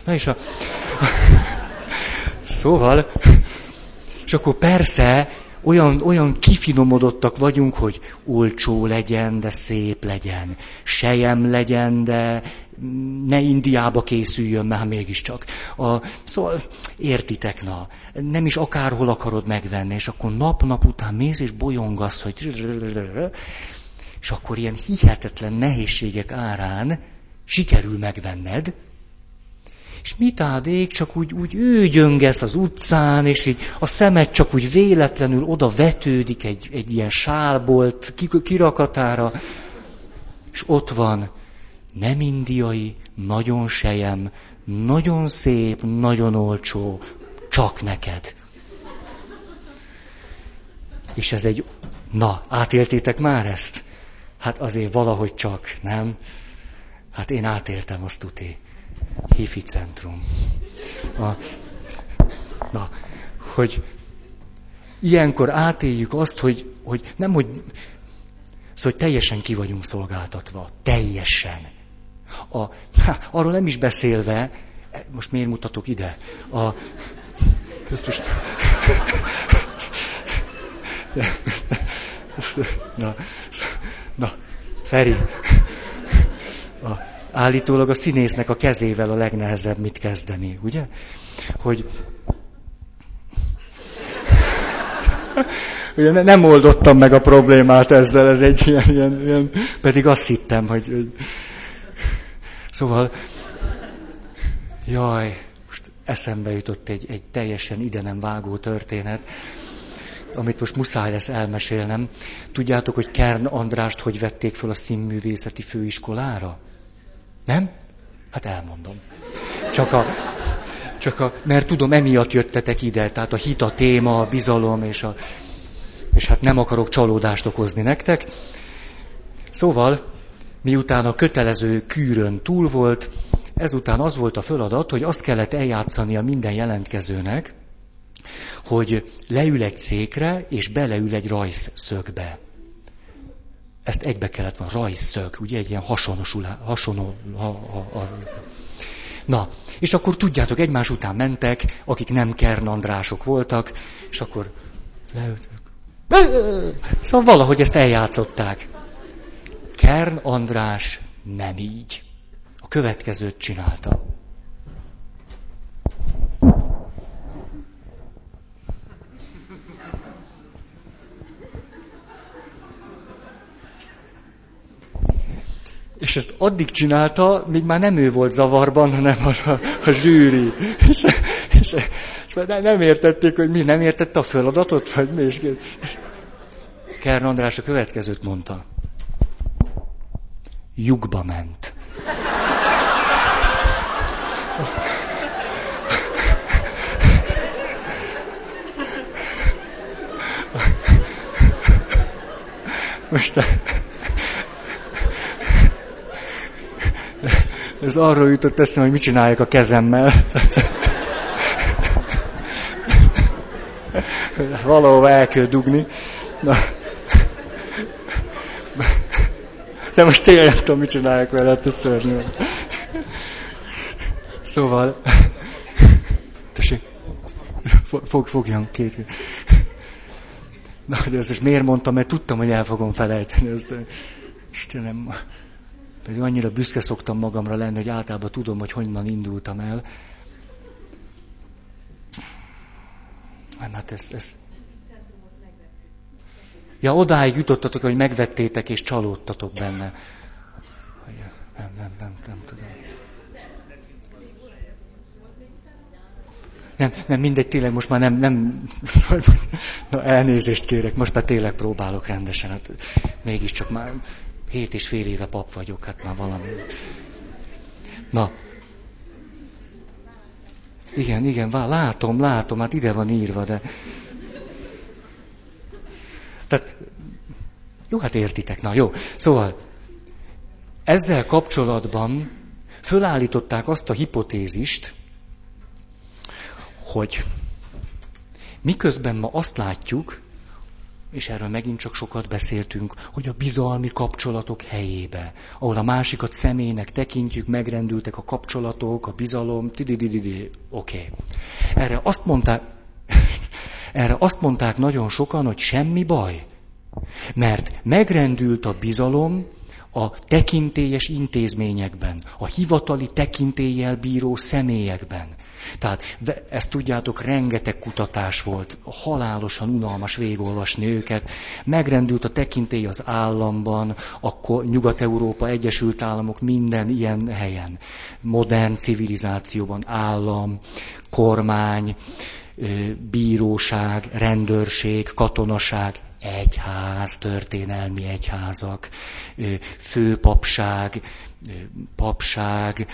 Szóval, és akkor persze olyan kifinomodottak vagyunk, hogy olcsó legyen, de szép legyen, sejem legyen, de ne Indiába készüljön, már mégiscsak. Szóval értitek, nem is akárhol akarod megvenni, és akkor nap után mész és bolyongasz, hogy... És akkor ilyen hihetetlen nehézségek árán sikerül megvenned, és mit ádék, csak úgy őgyöngesz az utcán, és így a szemed csak úgy véletlenül oda vetődik egy ilyen sálbolt kirakatára, és ott van, nem indiai, nagyon sejem, nagyon szép, nagyon olcsó, csak neked. És ez átéltétek már ezt? Hát azért valahogy csak, nem? Hát én átéltem, azt tuti. Hifi centrum. Hogy ilyenkor átéljük azt, hogy szóval teljesen ki vagyunk szolgáltatva. Teljesen. Arról nem is beszélve, most miért mutatok ide? Feri. Állítólag a színésznek a kezével a legnehezebb mit kezdeni, ugye? Hogy ugye nem oldottam meg a problémát ezzel, ez egy ilyen pedig azt hittem, hogy... Szóval, most eszembe jutott egy teljesen ide nem vágó történet, amit most muszáj lesz elmesélnem. Tudjátok, hogy Kern Andrást hogy vették föl a színművészeti főiskolára? Nem? Hát elmondom. Mert tudom, emiatt jöttetek ide, tehát a hit a téma, a bizalom, és hát nem akarok csalódást okozni nektek. Szóval, miután a kötelező kűrön túl volt, ezután az volt a feladat, hogy azt kellett eljátszania minden jelentkezőnek, hogy leül egy székre, és beleül egy rajzszögbe. Ezt egybe kellett van, rajzszög, ugye egy ilyen hasonló. És akkor tudjátok, egymás után mentek, akik nem Kern Andrások voltak, és akkor leültök. Szóval valahogy ezt eljátszották. Kern András nem így. A következőt csinálta. És ezt addig csinálta, míg már nem ő volt zavarban, hanem a zsűri. És nem értették, hogy mi, nem értette a feladatot, vagy mi is. Kern András a következőt mondta. Lyukba ment. Most ez arról jutott eszembe, hogy mit csináljak a kezemmel. Valahova el kell dugni. Na. De most tényleg nem tudom, mit csináljak vele, hát ez szörnyű. Szóval... Tessék, fogjam két. Na, de ezt most miért mondtam, mert tudtam, hogy el fogom felejteni. Istenem, pedig annyira büszke szoktam magamra lenni, hogy általában tudom, hogy honnan indultam el. Hát ez... Ja, odáig jutottatok, hogy megvettétek és csalódtatok benne. Nem tudom. Nem, mindegy, tényleg most már nem... Na, elnézést kérek, most már tényleg próbálok rendesen. Hát, mégiscsak már 7,5 éve pap vagyok, hát már valami... Na. Igen, látom, hát ide van írva, de... Tehát, jó, hát értitek, na jó. Szóval, ezzel kapcsolatban fölállították azt a hipotézist, hogy miközben ma azt látjuk, és erről megint csak sokat beszéltünk, hogy a bizalmi kapcsolatok helyébe, ahol a másikat személynek tekintjük, megrendültek a kapcsolatok, a bizalom, oké. Erre azt mondták nagyon sokan, hogy semmi baj, mert megrendült a bizalom a tekintélyes intézményekben, a hivatali tekintéllyel bíró személyekben. Tehát ezt tudjátok, rengeteg kutatás volt, halálosan unalmas végigolvasni őket. Megrendült a tekintély az államban, akkor Nyugat-Európa, Egyesült Államok, minden ilyen helyen. Modern civilizációban állam, kormány, bíróság, rendőrség, katonaság, egyház, történelmi egyházak, főpapság, papság,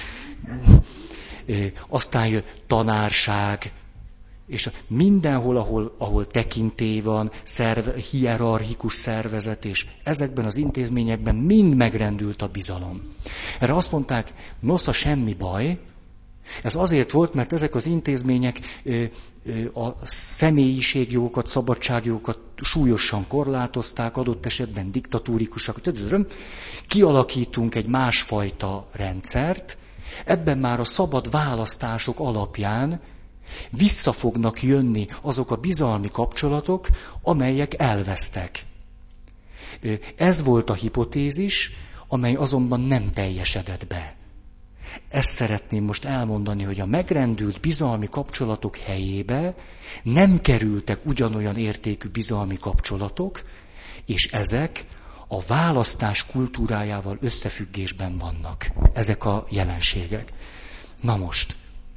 aztán jön tanárság, és mindenhol, ahol tekintély van, hierarchikus szervezet, és ezekben az intézményekben mind megrendült a bizalom. Erre azt mondták, nosza, semmi baj. Ez azért volt, mert ezek az intézmények a személyiségjogokat, szabadságjogokat súlyosan korlátozták, adott esetben diktatórikusak. Kialakítunk egy másfajta rendszert, ebben már a szabad választások alapján vissza fognak jönni azok a bizalmi kapcsolatok, amelyek elvesztek. Ez volt a hipotézis, amely azonban nem teljesedett be. Ezt szeretném most elmondani, hogy a megrendült bizalmi kapcsolatok helyébe nem kerültek ugyanolyan értékű bizalmi kapcsolatok, és ezek a választás kultúrájával összefüggésben vannak. Ezek a jelenségek. Na most.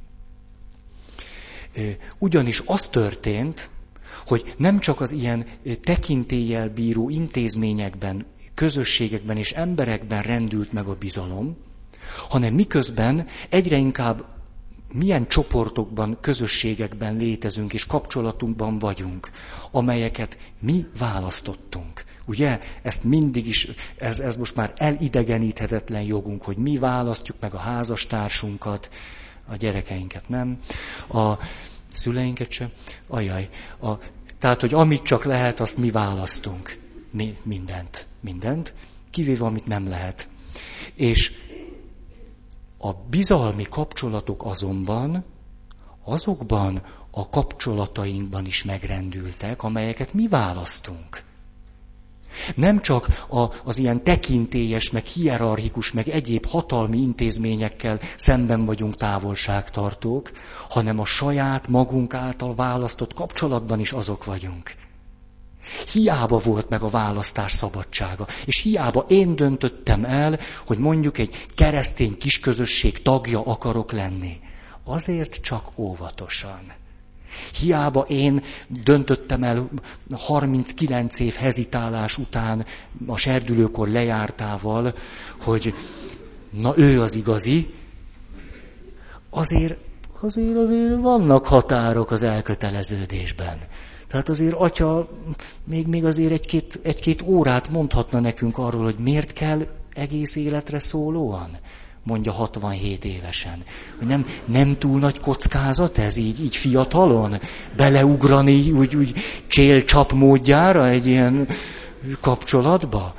Ugyanis az történt, hogy nem csak az ilyen tekintéllyel bíró intézményekben, közösségekben és emberekben rendült meg a bizalom, hanem miközben egyre inkább milyen csoportokban, közösségekben létezünk és kapcsolatunkban vagyunk, amelyeket mi választottunk. Ugye? Ezt mindig is, ez most már elidegeníthetetlen jogunk, hogy mi választjuk meg a házastársunkat, a gyerekeinket nem, a szüleinket sem, tehát, hogy amit csak lehet, azt mi választunk. Mindent, kivéve amit nem lehet. És a bizalmi kapcsolatok azonban azokban a kapcsolatainkban is megrendültek, amelyeket mi választunk. Nem csak az ilyen tekintélyes, meg hierarchikus, meg egyéb hatalmi intézményekkel szemben vagyunk távolságtartók, hanem a saját magunk által választott kapcsolatban is azok vagyunk. Hiába volt meg a választás szabadsága, és hiába én döntöttem el, hogy mondjuk egy keresztény kisközösség tagja akarok lenni. Azért csak óvatosan. Hiába én döntöttem el 39 év hezitálás után a serdülőkor lejártával, hogy na ő az igazi, azért vannak határok az elköteleződésben. Tehát azért atya még azért egy-két órát mondhatna nekünk arról, hogy miért kell egész életre szólóan, mondja 67 évesen. Hogy nem túl nagy kockázat ez így fiatalon? Beleugrani úgy csélcsap módjára egy ilyen kapcsolatba?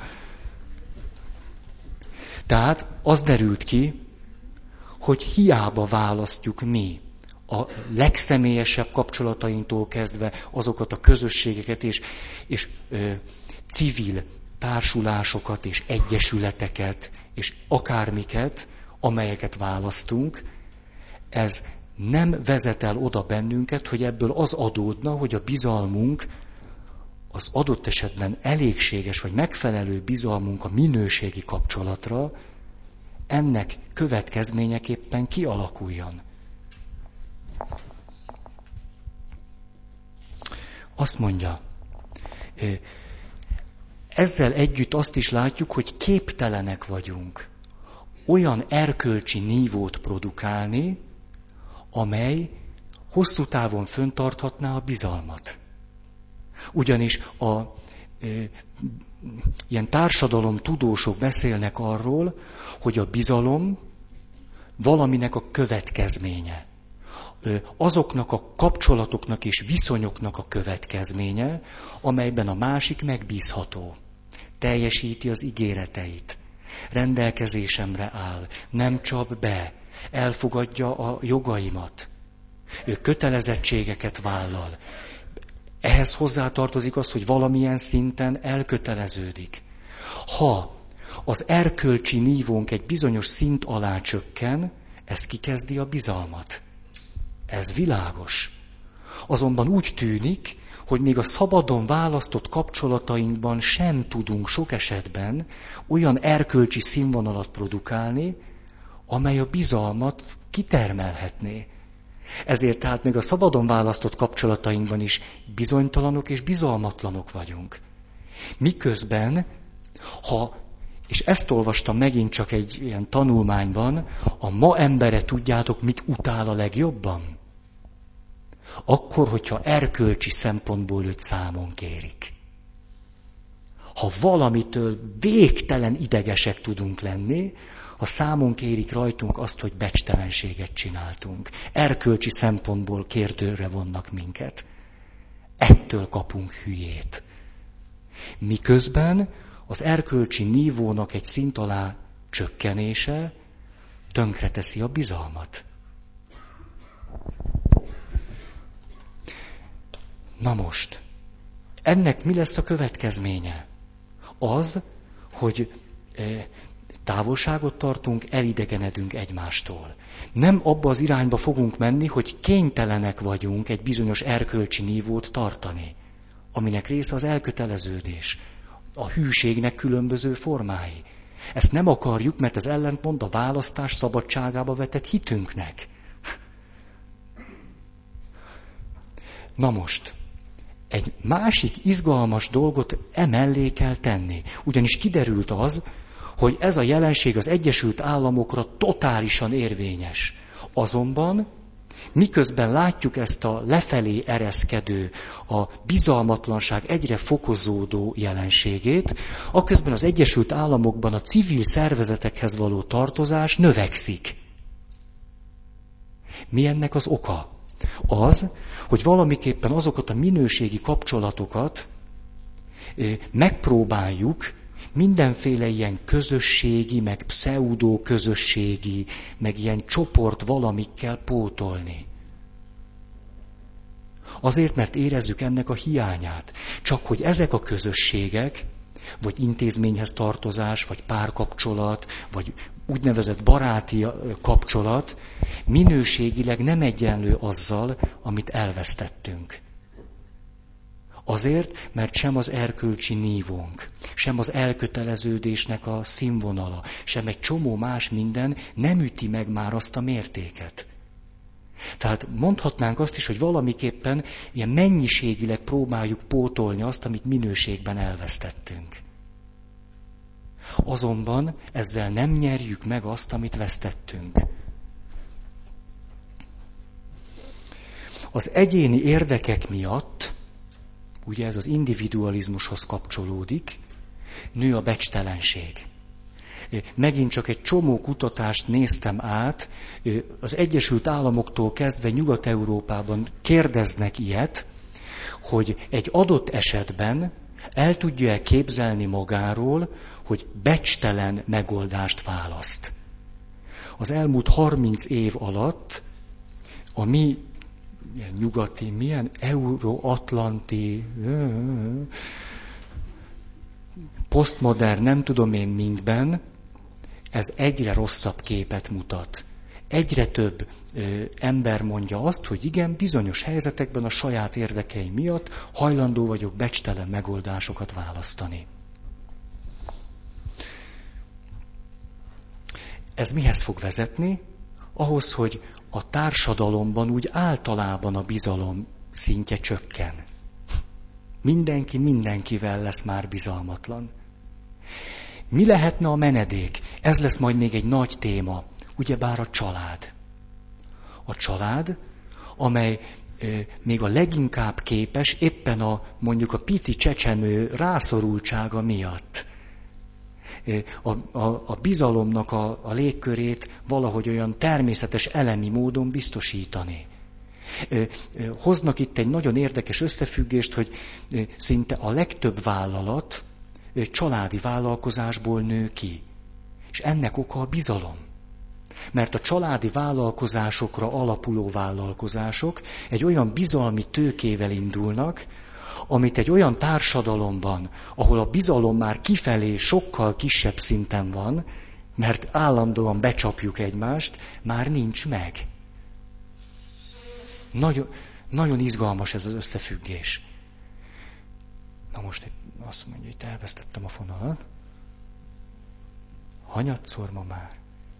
Tehát az derült ki, hogy hiába választjuk mi a legszemélyesebb kapcsolatainktól kezdve azokat a közösségeket és civil társulásokat és egyesületeket és akármiket, amelyeket választunk, ez nem vezet el oda bennünket, hogy ebből az adódna, hogy a bizalmunk, az adott esetben elégséges vagy megfelelő bizalmunk a minőségi kapcsolatra, ennek következményeképpen kialakuljon. Azt mondja, ezzel együtt azt is látjuk, hogy képtelenek vagyunk olyan erkölcsi nívót produkálni, amely hosszú távon fenntarthatná a bizalmat. Ugyanis ilyen társadalomtudósok beszélnek arról, hogy a bizalom valaminek a következménye. Azoknak a kapcsolatoknak és viszonyoknak a következménye, amelyben a másik megbízható, teljesíti az ígéreteit, rendelkezésemre áll, nem csap be, elfogadja a jogaimat, ő kötelezettségeket vállal. Ehhez hozzátartozik az, hogy valamilyen szinten elköteleződik. Ha az erkölcsi nívónk egy bizonyos szint alá csökken, ez kikezdi a bizalmat. Ez világos. Azonban úgy tűnik, hogy még a szabadon választott kapcsolatainkban sem tudunk sok esetben olyan erkölcsi színvonalat produkálni, amely a bizalmat kitermelhetné. Ezért tehát még a szabadon választott kapcsolatainkban is bizonytalanok és bizalmatlanok vagyunk. Miközben, és ezt olvastam megint csak egy ilyen tanulmányban, a ma embere tudjátok, mit utál a legjobban? Akkor, hogyha erkölcsi szempontból őt számon kérik. Ha valamitől végtelen idegesek tudunk lenni, ha számon kérik rajtunk azt, hogy becstelenséget csináltunk. Erkölcsi szempontból kérdőre vonnak minket. Ettől kapunk hülyét. Miközben az erkölcsi nívónak egy szint alá csökkenése tönkreteszi a bizalmat. Na most, ennek mi lesz a következménye? Az, hogy távolságot tartunk, elidegenedünk egymástól. Nem abba az irányba fogunk menni, hogy kénytelenek vagyunk egy bizonyos erkölcsi nívót tartani, aminek része az elköteleződés, a hűségnek különböző formái. Ezt nem akarjuk, mert ez ellentmond a választás szabadságába vetett hitünknek. Na most, egy másik izgalmas dolgot emellé kell tenni. Ugyanis kiderült az, hogy ez a jelenség az Egyesült Államokra totálisan érvényes. Azonban, miközben látjuk ezt a lefelé ereszkedő, a bizalmatlanság egyre fokozódó jelenségét, akközben az Egyesült Államokban a civil szervezetekhez való tartozás növekszik. Mi ennek az oka? Az, hogy valamiképpen azokat a minőségi kapcsolatokat megpróbáljuk mindenféle ilyen közösségi, meg pseudo-közösségi, meg ilyen csoport valamikkel pótolni. Azért, mert érezzük ennek a hiányát. Csak hogy ezek a közösségek, vagy intézményhez tartozás, vagy párkapcsolat, vagy úgynevezett baráti kapcsolat minőségileg nem egyenlő azzal, amit elvesztettünk. Azért, mert sem az erkölcsi nívónk, sem az elköteleződésnek a színvonala, sem egy csomó más minden nem üti meg már azt a mértéket. Tehát mondhatnánk azt is, hogy valamiképpen ilyen mennyiségileg próbáljuk pótolni azt, amit minőségben elvesztettünk. Azonban ezzel nem nyerjük meg azt, amit vesztettünk. Az egyéni érdekek miatt, ugye ez az individualizmushoz kapcsolódik, nő a becstelenség. Megint csak egy csomó kutatást néztem át, az Egyesült Államoktól kezdve Nyugat-Európában kérdeznek ilyet, hogy egy adott esetben el tudja-e képzelni magáról, hogy becstelen megoldást választ. Az elmúlt 30 év alatt a mi nyugati, milyen euróatlanti, posztmodern, nem tudom én mindben, ez egyre rosszabb képet mutat. Egyre több ember mondja azt, hogy igen, bizonyos helyzetekben a saját érdekei miatt hajlandó vagyok becstelen megoldásokat választani. Ez mihez fog vezetni? Ahhoz, hogy a társadalomban úgy általában a bizalom szintje csökken. Mindenki mindenkivel lesz már bizalmatlan. Mi lehetne a menedék? Ez lesz majd még egy nagy téma. Ugyebár a család. A család, amely még a leginkább képes éppen mondjuk a pici csecsemő rászorultsága miatt a bizalomnak a légkörét valahogy olyan természetes elemi módon biztosítani. Hoznak itt egy nagyon érdekes összefüggést, hogy szinte a legtöbb vállalat családi vállalkozásból nő ki. És ennek oka a bizalom. Mert a családi vállalkozásokra alapuló vállalkozások egy olyan bizalmi tőkével indulnak, amit egy olyan társadalomban, ahol a bizalom már kifelé sokkal kisebb szinten van, mert állandóan becsapjuk egymást, már nincs meg. Nagyon, nagyon izgalmas ez az összefüggés. Na most azt mondja, hogy elvesztettem a fonalat. Hanyatszor ma már?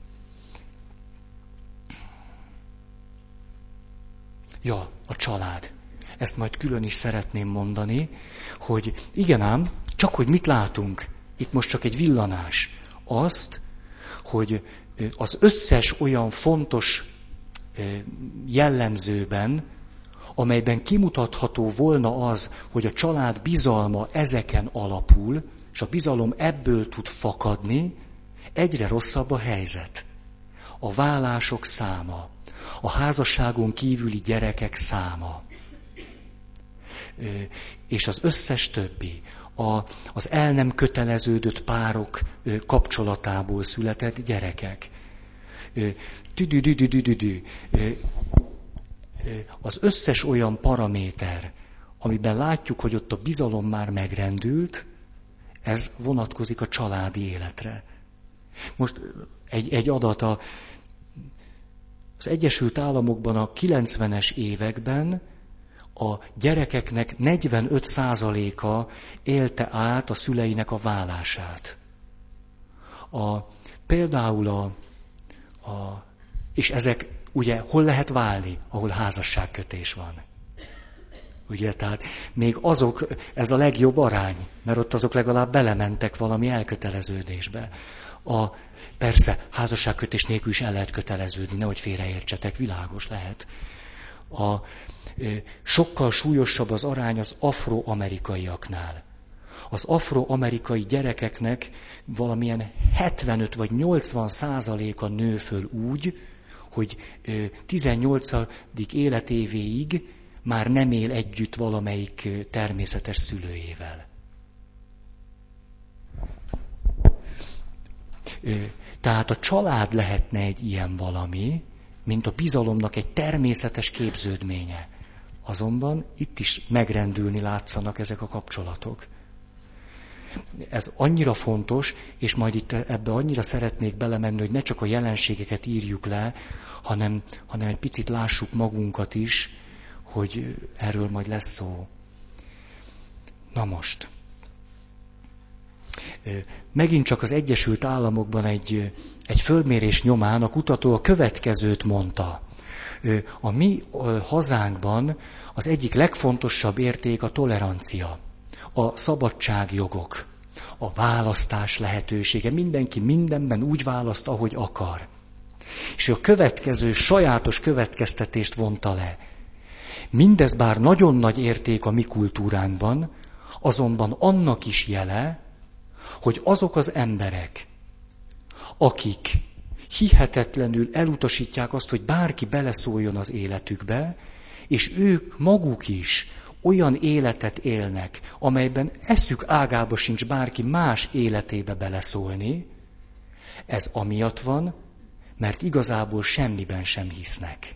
Ja, a család. Ezt majd külön is szeretném mondani, hogy igen ám, csak hogy mit látunk. Itt most csak egy villanás. Azt, hogy az összes olyan fontos jellemzőben, amelyben kimutatható volna az, hogy a család bizalma ezeken alapul, és a bizalom ebből tud fakadni, egyre rosszabb a helyzet. A válások száma, a házasságon kívüli gyerekek száma, és az összes többi, az el nem köteleződött párok kapcsolatából született gyerekek. Az összes olyan paraméter, amiben látjuk, hogy ott a bizalom már megrendült, ez vonatkozik a családi életre. Most egy adat, az Egyesült Államokban a 90-es években a gyerekeknek 45%-a élte át a szüleinek a válását. Például és ezek ugye hol lehet válni, ahol házasságkötés van. Ugye, tehát még azok, ez a legjobb arány, mert ott azok legalább belementek valami elköteleződésbe. Persze, házasságkötés nélkül is el lehet köteleződni, nehogy félreértsetek, világos lehet. Sokkal súlyosabb az arány az afroamerikaiaknál. Az afroamerikai gyerekeknek valamilyen 75 vagy 80%-a nő föl úgy, hogy 18. életévéig már nem él együtt valamelyik természetes szülőjével. Tehát a család lehetne egy ilyen valami, mint a bizalomnak egy természetes képződménye. Azonban itt is megrendülni látszanak ezek a kapcsolatok. Ez annyira fontos, és majd itt ebbe annyira szeretnék belemenni, hogy ne csak a jelenségeket írjuk le, hanem egy picit lássuk magunkat is, hogy erről majd lesz szó. Na most. Megint csak az Egyesült Államokban egy fölmérés nyomán a kutató a következőt mondta. A mi hazánkban az egyik legfontosabb érték a tolerancia, a szabadságjogok, a választás lehetősége. Mindenki mindenben úgy választ, ahogy akar. És a következő sajátos következtetést vonta le. Mindez bár nagyon nagy érték a mi kultúránkban, azonban annak is jele, hogy azok az emberek, akik hihetetlenül elutasítják azt, hogy bárki beleszóljon az életükbe, és ők maguk is olyan életet élnek, amelyben eszük ágába sincs bárki más életébe beleszólni, ez amiatt van, mert igazából semmiben sem hisznek.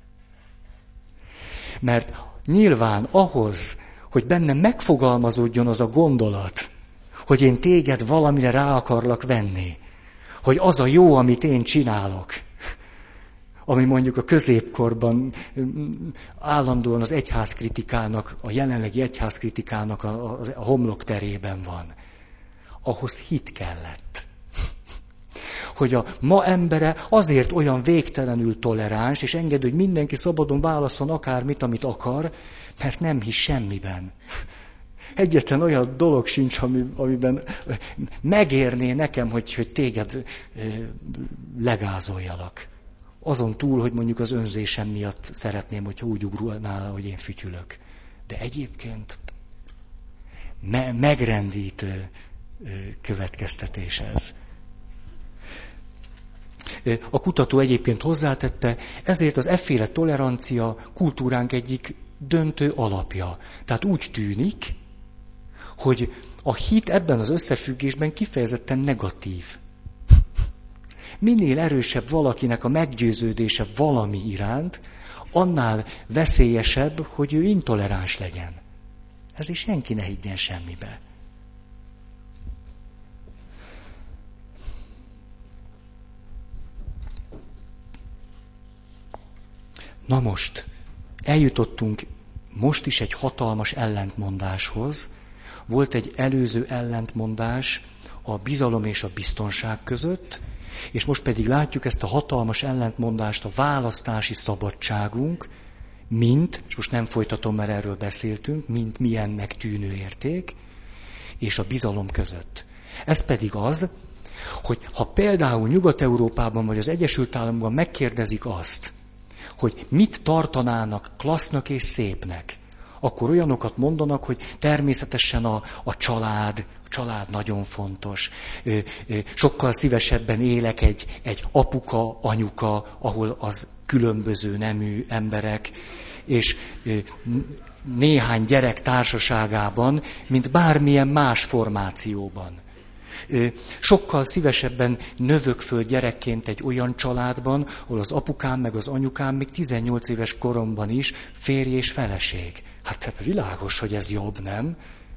Mert nyilván ahhoz, hogy bennem megfogalmazódjon az a gondolat, hogy én téged valamire rá akarlak venni, hogy az a jó, amit én csinálok, ami mondjuk a középkorban állandóan az egyházkritikának, a jelenlegi egyházkritikának a homlokterében van. Ahhoz hit kellett. Hogy a ma embere azért olyan végtelenül toleráns, és enged, hogy mindenki szabadon válasszon akármit, amit akar, mert nem hisz semmiben. Egyetlen olyan dolog sincs, amiben megérné nekem, hogy téged legázoljalak. Azon túl, hogy mondjuk az önzésem miatt szeretném, hogy úgy ugrulnál, hogy én fütyülök. De egyébként megrendítő következtetés ez. A kutató egyébként hozzátette, ezért az efféle tolerancia kultúránk egyik döntő alapja. Tehát úgy tűnik, hogy a hit ebben az összefüggésben kifejezetten negatív. Minél erősebb valakinek a meggyőződése valami iránt, annál veszélyesebb, hogy ő intoleráns legyen. Ezért senki ne higgyen semmibe. Na most, eljutottunk most is egy hatalmas ellentmondáshoz. Volt egy előző ellentmondás a bizalom és a biztonság között, és most pedig látjuk ezt a hatalmas ellentmondást a választási szabadságunk, és most nem folytatom, mert erről beszéltünk, mint milyennek tűnő érték, és a bizalom között. Ez pedig az, hogy ha például Nyugat-Európában vagy az Egyesült Államokban megkérdezik azt, hogy mit tartanának klassznak és szépnek, akkor olyanokat mondanak, hogy természetesen a család nagyon fontos. Sokkal szívesebben élek egy apuka, anyuka, ahol az különböző nemű emberek, és néhány gyerek társaságában, mint bármilyen más formációban. Sokkal szívesebben növök föl gyerekként egy olyan családban, ahol az apukám meg az anyukám még 18 éves koromban is férj és feleség. Hát világos, hogy ez jobb, nem?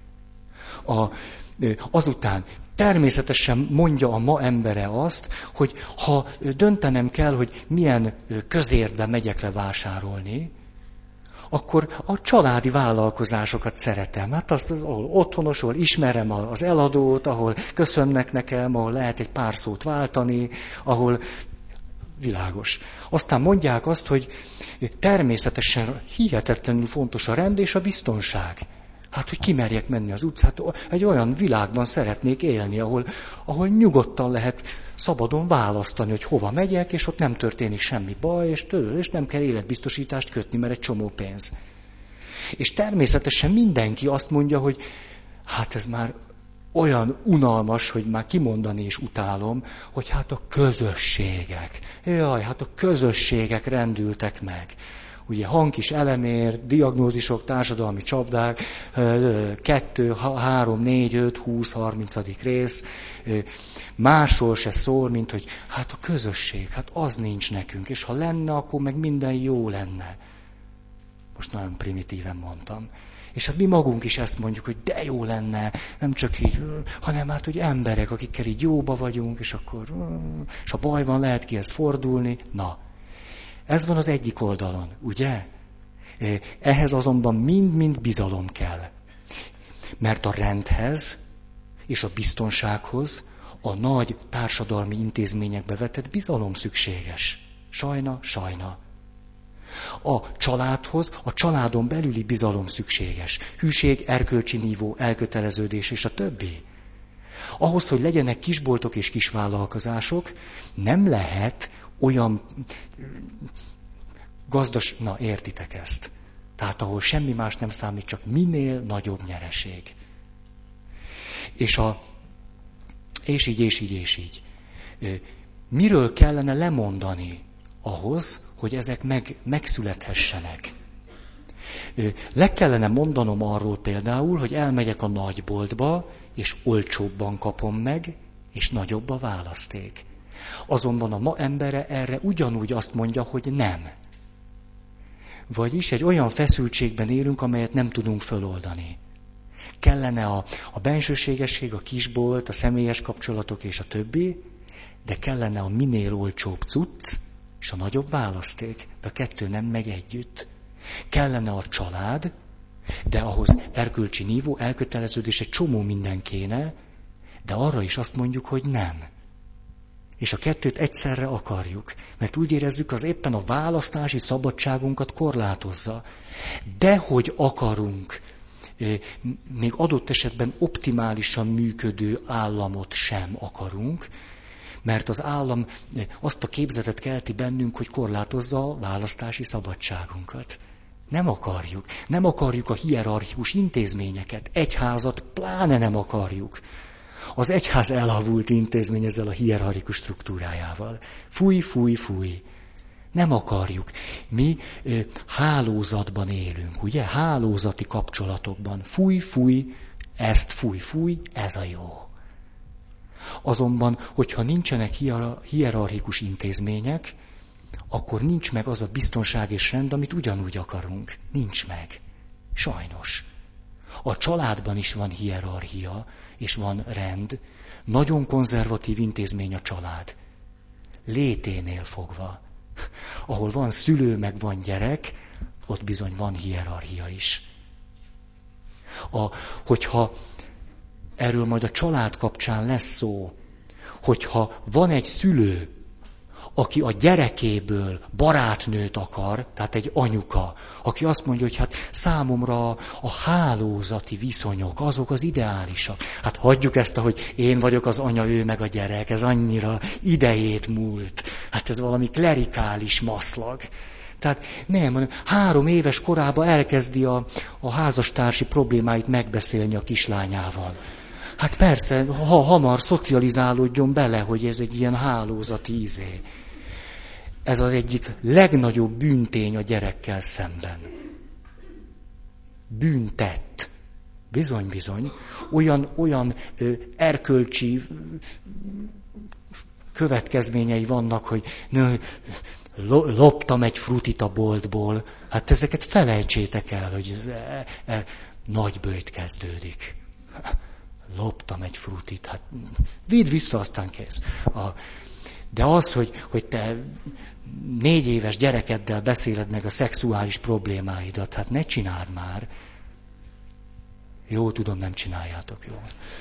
Azután természetesen mondja a ma embere azt, hogy ha döntenem kell, hogy milyen közértbe megyek le vásárolni, akkor a családi vállalkozásokat szeretem. Hát azt, ahol otthonos, ahol ismerem az eladót, ahol köszönnek nekem, ahol lehet egy pár szót váltani, ahol világos. Aztán mondják azt, hogy természetesen hihetetlenül fontos a rend és a biztonság. Hát, hogy kimerjek menni az utcát, egy olyan világban szeretnék élni, ahol nyugodtan lehet szabadon választani, hogy hova megyek, és ott nem történik semmi baj, és nem kell életbiztosítást kötni, mert egy csomó pénz. És természetesen mindenki azt mondja, hogy hát ez már olyan unalmas, hogy már kimondani is utálom, hogy hát a közösségek. Jaj, hát a közösségek rendültek meg. Ugye hangkis elemér, diagnózisok, társadalmi csapdák, 2, 3, 4, 5, 20, 30. rész. Másról se szól, mint hogy hát a közösség, hát az nincs nekünk, és ha lenne, akkor meg minden jó lenne. Most nagyon primitíven mondtam. És hát mi magunk is ezt mondjuk, hogy de jó lenne, nem csak így, hanem hát, hogy emberek, akikkel így jóba vagyunk, és akkor, és ha baj van, lehet kihez fordulni. Na, ez van az egyik oldalon, ugye? Ehhez azonban mind-mind bizalom kell. Mert a rendhez és a biztonsághoz a nagy társadalmi intézményekbe vetett bizalom szükséges. Sajna. A családhoz a családon belüli bizalom szükséges. Hűség, erkölcsi nívó, elköteleződés és a többi. Ahhoz, hogy legyenek kisboltok és kisvállalkozások, nem lehet olyan na értitek ezt. Tehát ahol semmi más nem számít, csak minél nagyobb nyereség. És így. Miről kellene lemondani ahhoz, hogy ezek megszülethessenek? Le kellene mondanom arról például, hogy elmegyek a nagyboltba, és olcsóbban kapom meg, és nagyobb a választék. Azonban a ma embere erre ugyanúgy azt mondja, hogy nem. Vagyis egy olyan feszültségben élünk, amelyet nem tudunk föloldani. Kellene a bensőségesség, a kisbolt, a személyes kapcsolatok és a többi, de kellene a minél olcsóbb cucc és a nagyobb választék. De a kettő nem megy együtt. Kellene a család, de ahhoz erkölcsi nívó, elköteleződés, egy csomó minden kéne, de arra is azt mondjuk, hogy nem. És a kettőt egyszerre akarjuk, mert úgy érezzük, az éppen a választási szabadságunkat korlátozza. De hogy akarunk még adott esetben optimálisan működő államot sem akarunk, mert az állam azt a képzetet kelti bennünk, hogy korlátozza a választási szabadságunkat. Nem akarjuk. Nem akarjuk a hierarchikus intézményeket. Egyházat pláne nem akarjuk. Az egyház elavult intézmény ezzel a hierarchikus struktúrájával. Fúj. Nem akarjuk. Mi hálózatban élünk, ugye? Hálózati kapcsolatokban. Fúj, ezt fúj, ez a jó. Azonban, hogyha nincsenek hierarchikus intézmények, akkor nincs meg az a biztonság és rend, amit ugyanúgy akarunk. Nincs meg. Sajnos. A családban is van hierarchia, és van rend. Nagyon konzervatív intézmény a család. Léténél fogva. Ahol van szülő, meg van gyerek, ott bizony van hierarchia is. Hogyha erről majd a család kapcsán lesz szó, hogyha van egy szülő, aki a gyerekéből barátnőt akar, tehát egy anyuka, aki azt mondja, hogy hát számomra a hálózati viszonyok, azok az ideálisak. Hát hagyjuk ezt, hogy én vagyok az anya, ő meg a gyerek, ez annyira idejét múlt. Hát ez valami klerikális maszlag. Tehát nem, 3 éves korában elkezdi a házastársi problémáit megbeszélni a kislányával. Hát persze, ha hamar szocializálódjon bele, hogy ez egy ilyen hálózati ízé. Ez az egyik legnagyobb bűntény a gyerekkel szemben. Bűntett. Bizony. Olyan erkölcsi következményei vannak, hogy loptam egy frutit a boltból. Hát ezeket felejtsétek el, hogy nagy böjt kezdődik. Loptam egy frutit, hát vidd vissza, aztán kész. De az, hogy te 4 éves gyerekeddel beszéled meg a szexuális problémáidat, hát ne csináld már. Jó, tudom, nem csináljátok jól.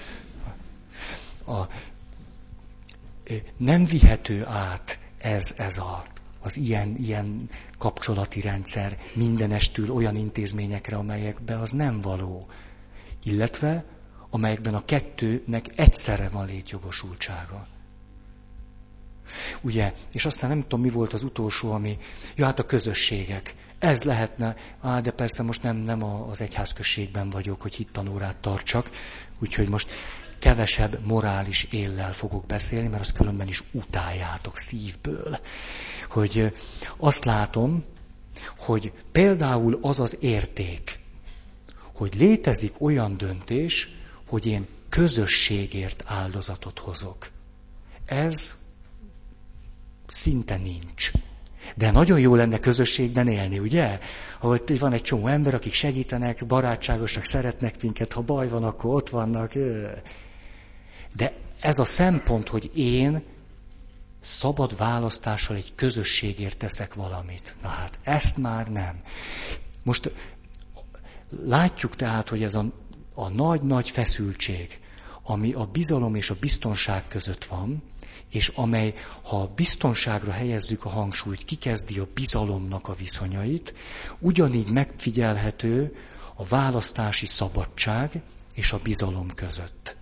Nem vihető át az ilyen kapcsolati rendszer mindenestül olyan intézményekre, amelyekben az nem való. Illetve amelyekben a kettőnek egyszerre van létjogosultsága. Ugye, és aztán nem tudom, mi volt az utolsó, hát a közösségek. Ez lehetne, de persze most nem az egyházközségben vagyok, hogy hittanórát tartsak, úgyhogy most kevesebb morális éllel fogok beszélni, mert azt különben is utáljátok szívből. Hogy azt látom, hogy például az az érték, hogy létezik olyan döntés, hogy én közösségért áldozatot hozok. Ez szinte nincs. De nagyon jó lenne közösségben élni, ugye? Ahol van egy csomó ember, akik segítenek, barátságosak, szeretnek minket, ha baj van, akkor ott vannak. De ez a szempont, hogy én szabad választással egy közösségért teszek valamit. Na hát, ezt már nem. Most látjuk tehát, hogy ez a nagy-nagy feszültség, ami a bizalom és a biztonság között van, és amely, ha a biztonságra helyezzük a hangsúlyt, kikezdi a bizalomnak a viszonyait, ugyanígy megfigyelhető a választási szabadság és a bizalom között.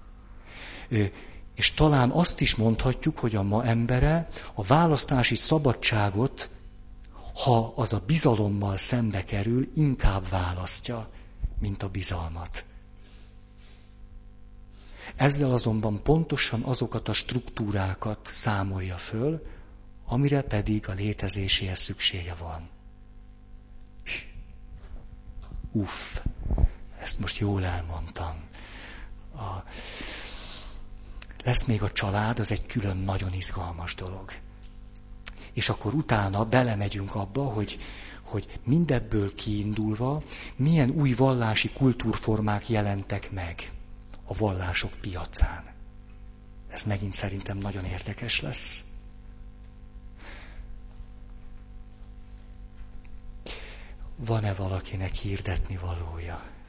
És talán azt is mondhatjuk, hogy a ma embere a választási szabadságot, ha az a bizalommal szembe kerül, inkább választja, mint a bizalmat. Ezzel azonban pontosan azokat a struktúrákat számolja föl, amire pedig a létezéséhez szüksége van. Ezt most jól elmondtam. Lesz még a család, az egy külön nagyon izgalmas dolog. És akkor utána belemegyünk abba, hogy mindebből kiindulva milyen új vallási kultúrformák jelentek meg a vallások piacán. Ez megint szerintem nagyon érdekes lesz. Van-e valakinek hirdetni valója?